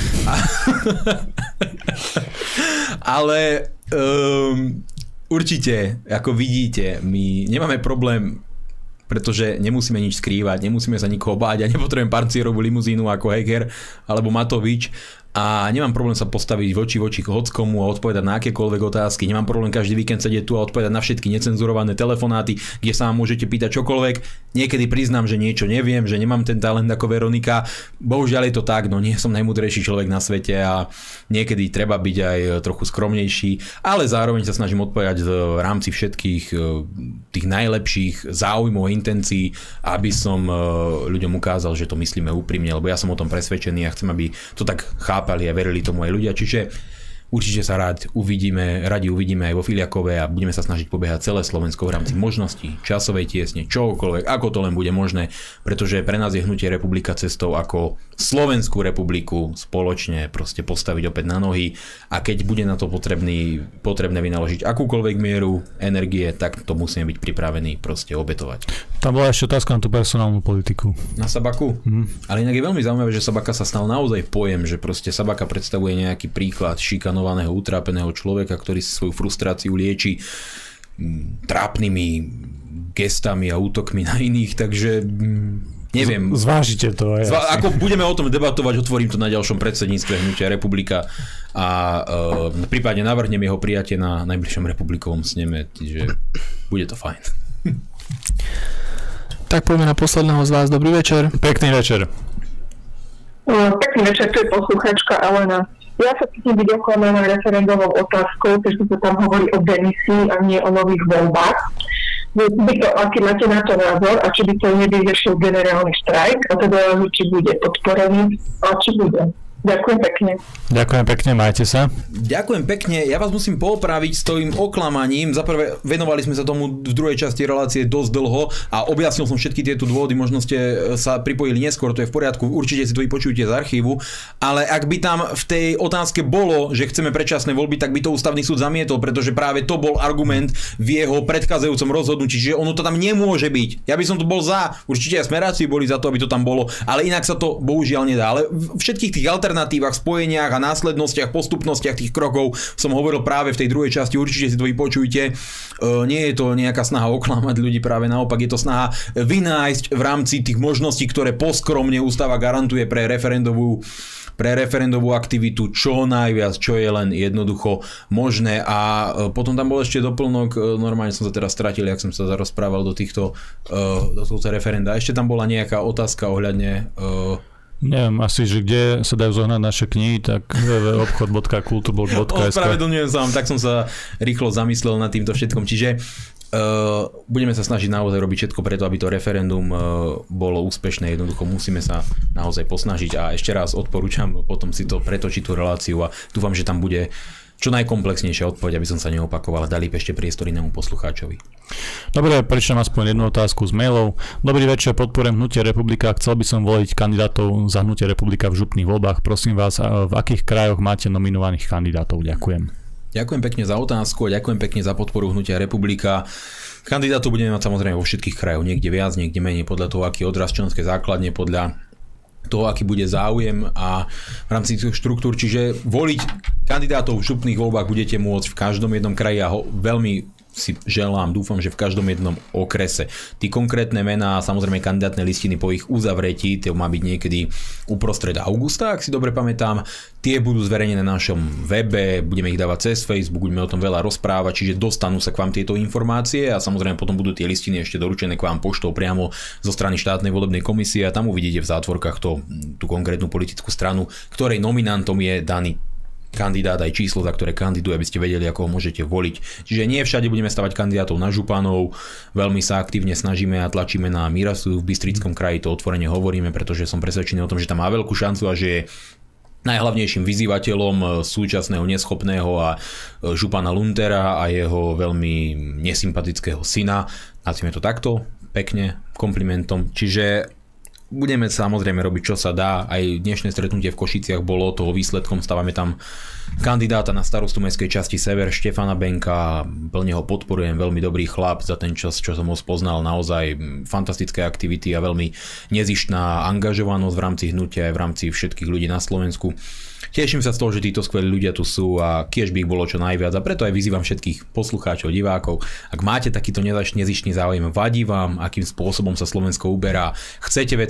Speaker 3: Ale určite, ako vidíte, my nemáme problém, pretože nemusíme nič skrývať, nemusíme sa nikoho báť, ja nepotrebujem parcierovú limuzínu ako Heger alebo Matovič. a nemám problém sa postaviť voči hockomu a odpovedať na akékoľvek otázky. Nemám problém každý víkend sedieť tu a odpovedať na všetky necenzurované telefonáty, kde sa vám môžete pýtať čokoľvek. Niekedy priznám, že niečo neviem, že nemám ten talent ako Veronika. Bohužiaľ je to tak, no nie som najmudrejší človek na svete a niekedy treba byť aj trochu skromnejší, ale zároveň sa snažím odpovedať v rámci všetkých tých najlepších záujmov a intencií, aby som ľuďom ukázal, že to myslíme úprimne, lebo ja som o tom presvedčený a chcem, aby to tak chápali a verili tomu aj ľudia. Čiže určite sa radi uvidíme aj vo Filiakove a budeme sa snažiť pobiehať celé Slovensko v rámci možností, časovej tiesne, čokoľvek, ako to len bude možné, pretože pre nás je Hnutie Republika cestou, ako Slovenskú republiku spoločne proste postaviť opäť na nohy a keď bude na to potrebné vynaložiť akúkoľvek mieru energie, tak to musíme byť pripravení proste obetovať.
Speaker 1: Tam bola ešte otázka na tú personálnu politiku.
Speaker 3: Na Sabaku? Ale inak je veľmi zaujímavé, že Sabaka sa stal naozaj pojem, že proste Sabaka predstavuje nejaký príklad šikanovaného, utrápeného človeka, ktorý si svoju frustráciu lieči trápnymi gestami a útokmi na iných, takže neviem.
Speaker 1: Zvážite to aj.
Speaker 3: Ako budeme o tom debatovať, otvorím to na ďalšom predsedníctve Hnutia Republika a prípadne navrhnem jeho prijatie na najbližšom republikovom sneme, čiže bude to fajn.
Speaker 2: Tak poďme na posledného z vás. Dobrý večer.
Speaker 1: Pekný večer.
Speaker 6: Pekný večer, tu je posluchačka Elena. Ja sa cítim byť oklamaná referendovou otázkou, pretože sa tam hovorí o demisii a nie o nových voľbách. Aký máte na to názor a či by to nevyriešil generálny štrajk a teda či bude podporený a či bude. Ďakujem pekne.
Speaker 1: Ďakujem pekne, majte sa.
Speaker 3: Ďakujem pekne, ja vás musím poopraviť s tým oklamaním. Zaprvé venovali sme sa tomu v druhej časti relácie dosť dlho a objasnil som všetky tieto dôvody, možno ste sa pripojili neskôr, to je v poriadku, určite si to vypočujte z archívu, ale ak by tam v tej otázke bolo, že chceme predčasné voľby, tak by to ústavný súd zamietol, pretože práve to bol argument v jeho predchádzajúcom rozhodnutí, čiže ono to tam nemôže byť. Ja by som tu bol za, určite aj smeráci boli za to, aby to tam bolo, ale inak sa to bohužiaľ nedá. Ale v všetkých tých alternatívach, spojeniach a následnostiach, postupnostiach tých krokov som hovoril práve v tej druhej časti, určite si to vypočujte. Nie je to nejaká snaha oklamať ľudí, práve naopak je to snaha vynájsť v rámci tých možností, ktoré poskromne ústava garantuje pre referendovú aktivitu čo najviac, čo je len jednoducho možné. A potom tam bol ešte doplnok, normálne som sa teraz stratil, jak som sa rozprával do týchto referenda. Ešte tam bola nejaká otázka ohľadne
Speaker 1: neviem, asi, že kde sa dajú zohnať naše knihy, tak www.obchod.kulturblog.sk.
Speaker 3: Ospravedlňujem sa vám, tak som sa rýchlo zamyslel nad týmto všetkom. Čiže budeme sa snažiť naozaj robiť všetko preto, aby to referendum bolo úspešné. Jednoducho musíme sa naozaj posnažiť a ešte raz odporúčam potom si to pretočiť tú reláciu a dúfam, že tam bude čo najkomplexnejšia odpoveď, aby som sa neopakoval. Dali ešte priestor inému poslucháčovi. Dobre, prečítam aspoň jednu otázku z mailov. Dobrý večer, podporujem Hnutie Republika. Chcel by som voliť kandidátov za Hnutie Republika v župných voľbách. Prosím vás, v akých krajoch máte nominovaných kandidátov? Ďakujem. Ďakujem pekne za otázku a ďakujem pekne za podporu Hnutia Republika. Kandidátov budeme mať samozrejme vo všetkých krajoch, niekde viac, niekde menej, podľa toho, aký odraz členskej základne, podľa toho, aký bude záujem a v rámci tých štruktúr, čiže voliť kandidátov v župných voľbách budete môcť v každom jednom kraji a veľmi si želám, dúfam, že v každom jednom okrese. Tí konkrétne mená, samozrejme kandidátne listiny po ich uzavretí, to má byť niekedy uprostred augusta, ak si dobre pamätám, tie budú zverejnené na našom webe, budeme ich dávať cez Facebook, budeme o tom veľa rozprávať, čiže dostanú sa k vám tieto informácie a samozrejme potom budú tie listiny ešte doručené k vám poštou priamo zo strany štátnej volebnej komisie a tam uvidíte v zátvorkách tú konkrétnu politickú stranu, ktorej nominantom je daný kandidát aj číslo, za ktoré kandiduje, aby ste vedeli, ako ho môžete voliť. Čiže nie všade budeme stavať kandidátov na županov, veľmi sa aktívne snažíme a tlačíme na Mirasu v Bystrickom kraji, to otvorene hovoríme, pretože som presvedčený o tom, že tam má veľkú šancu a že je najhlavnejším vyzývateľom súčasného neschopného a župana Luntera a jeho veľmi nesympatického syna. Nazvime to takto, pekne, komplimentom. Čiže budeme samozrejme robiť, čo sa dá. Aj dnešné stretnutie v Košiciach bolo toho výsledkom. Stávame tam kandidáta na starostu mestskej časti Sever Štefana Benka. Plne ho podporujem, veľmi dobrý chlap za ten čas, čo som ho spoznal. Naozaj fantastické aktivity a veľmi nezištná angažovanosť v rámci hnutia aj v rámci všetkých ľudí na Slovensku. Teším sa z toho, že títo skvelí ľudia tu sú a tiež by ich bolo čo najviac a preto aj vyzývam všetkých poslucháčov, divákov, ak máte takýto nezištný záujem, vadí vám, akým spôsobom sa Slovensko uberá, chcete veci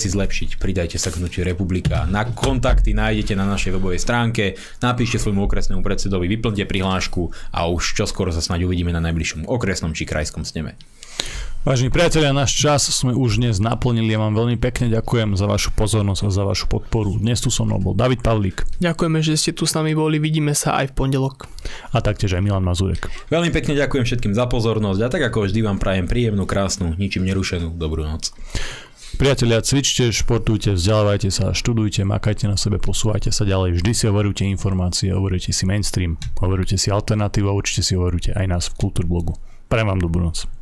Speaker 3: veci zlepšiť, pridajte sa k Hnutiu Republika. Na kontakty nájdete na našej webovej stránke, napíšte svojmu okresnému predsedovi, vyplňte prihlášku a už čoskoro sa snáď uvidíme na najbližšom okresnom či krajskom sneme.
Speaker 1: Vážení priatelia, náš čas sme už dnes naplnili. Ja vám veľmi pekne ďakujem za vašu pozornosť a za vašu podporu. Dnes tu so mnou bol David Pavlík.
Speaker 2: Ďakujeme, že ste tu s nami boli. Vidíme sa aj v pondelok.
Speaker 1: A taktiež aj Milan Mazurek.
Speaker 3: Veľmi pekne ďakujem všetkým za pozornosť a tak ako vždy vám prajem príjemnú, krásnu, ničím nerušenú dobrú noc.
Speaker 1: Priatelia, cvičte, športujte, vzdelávajte sa, študujte, makajte na sebe, posúvajte sa ďalej. Vždy si overujte informácie, overujte si mainstream, overujte si alternatívu a určite si overujte aj nás v Kultúrblogu. Prajem vám dobrú noc.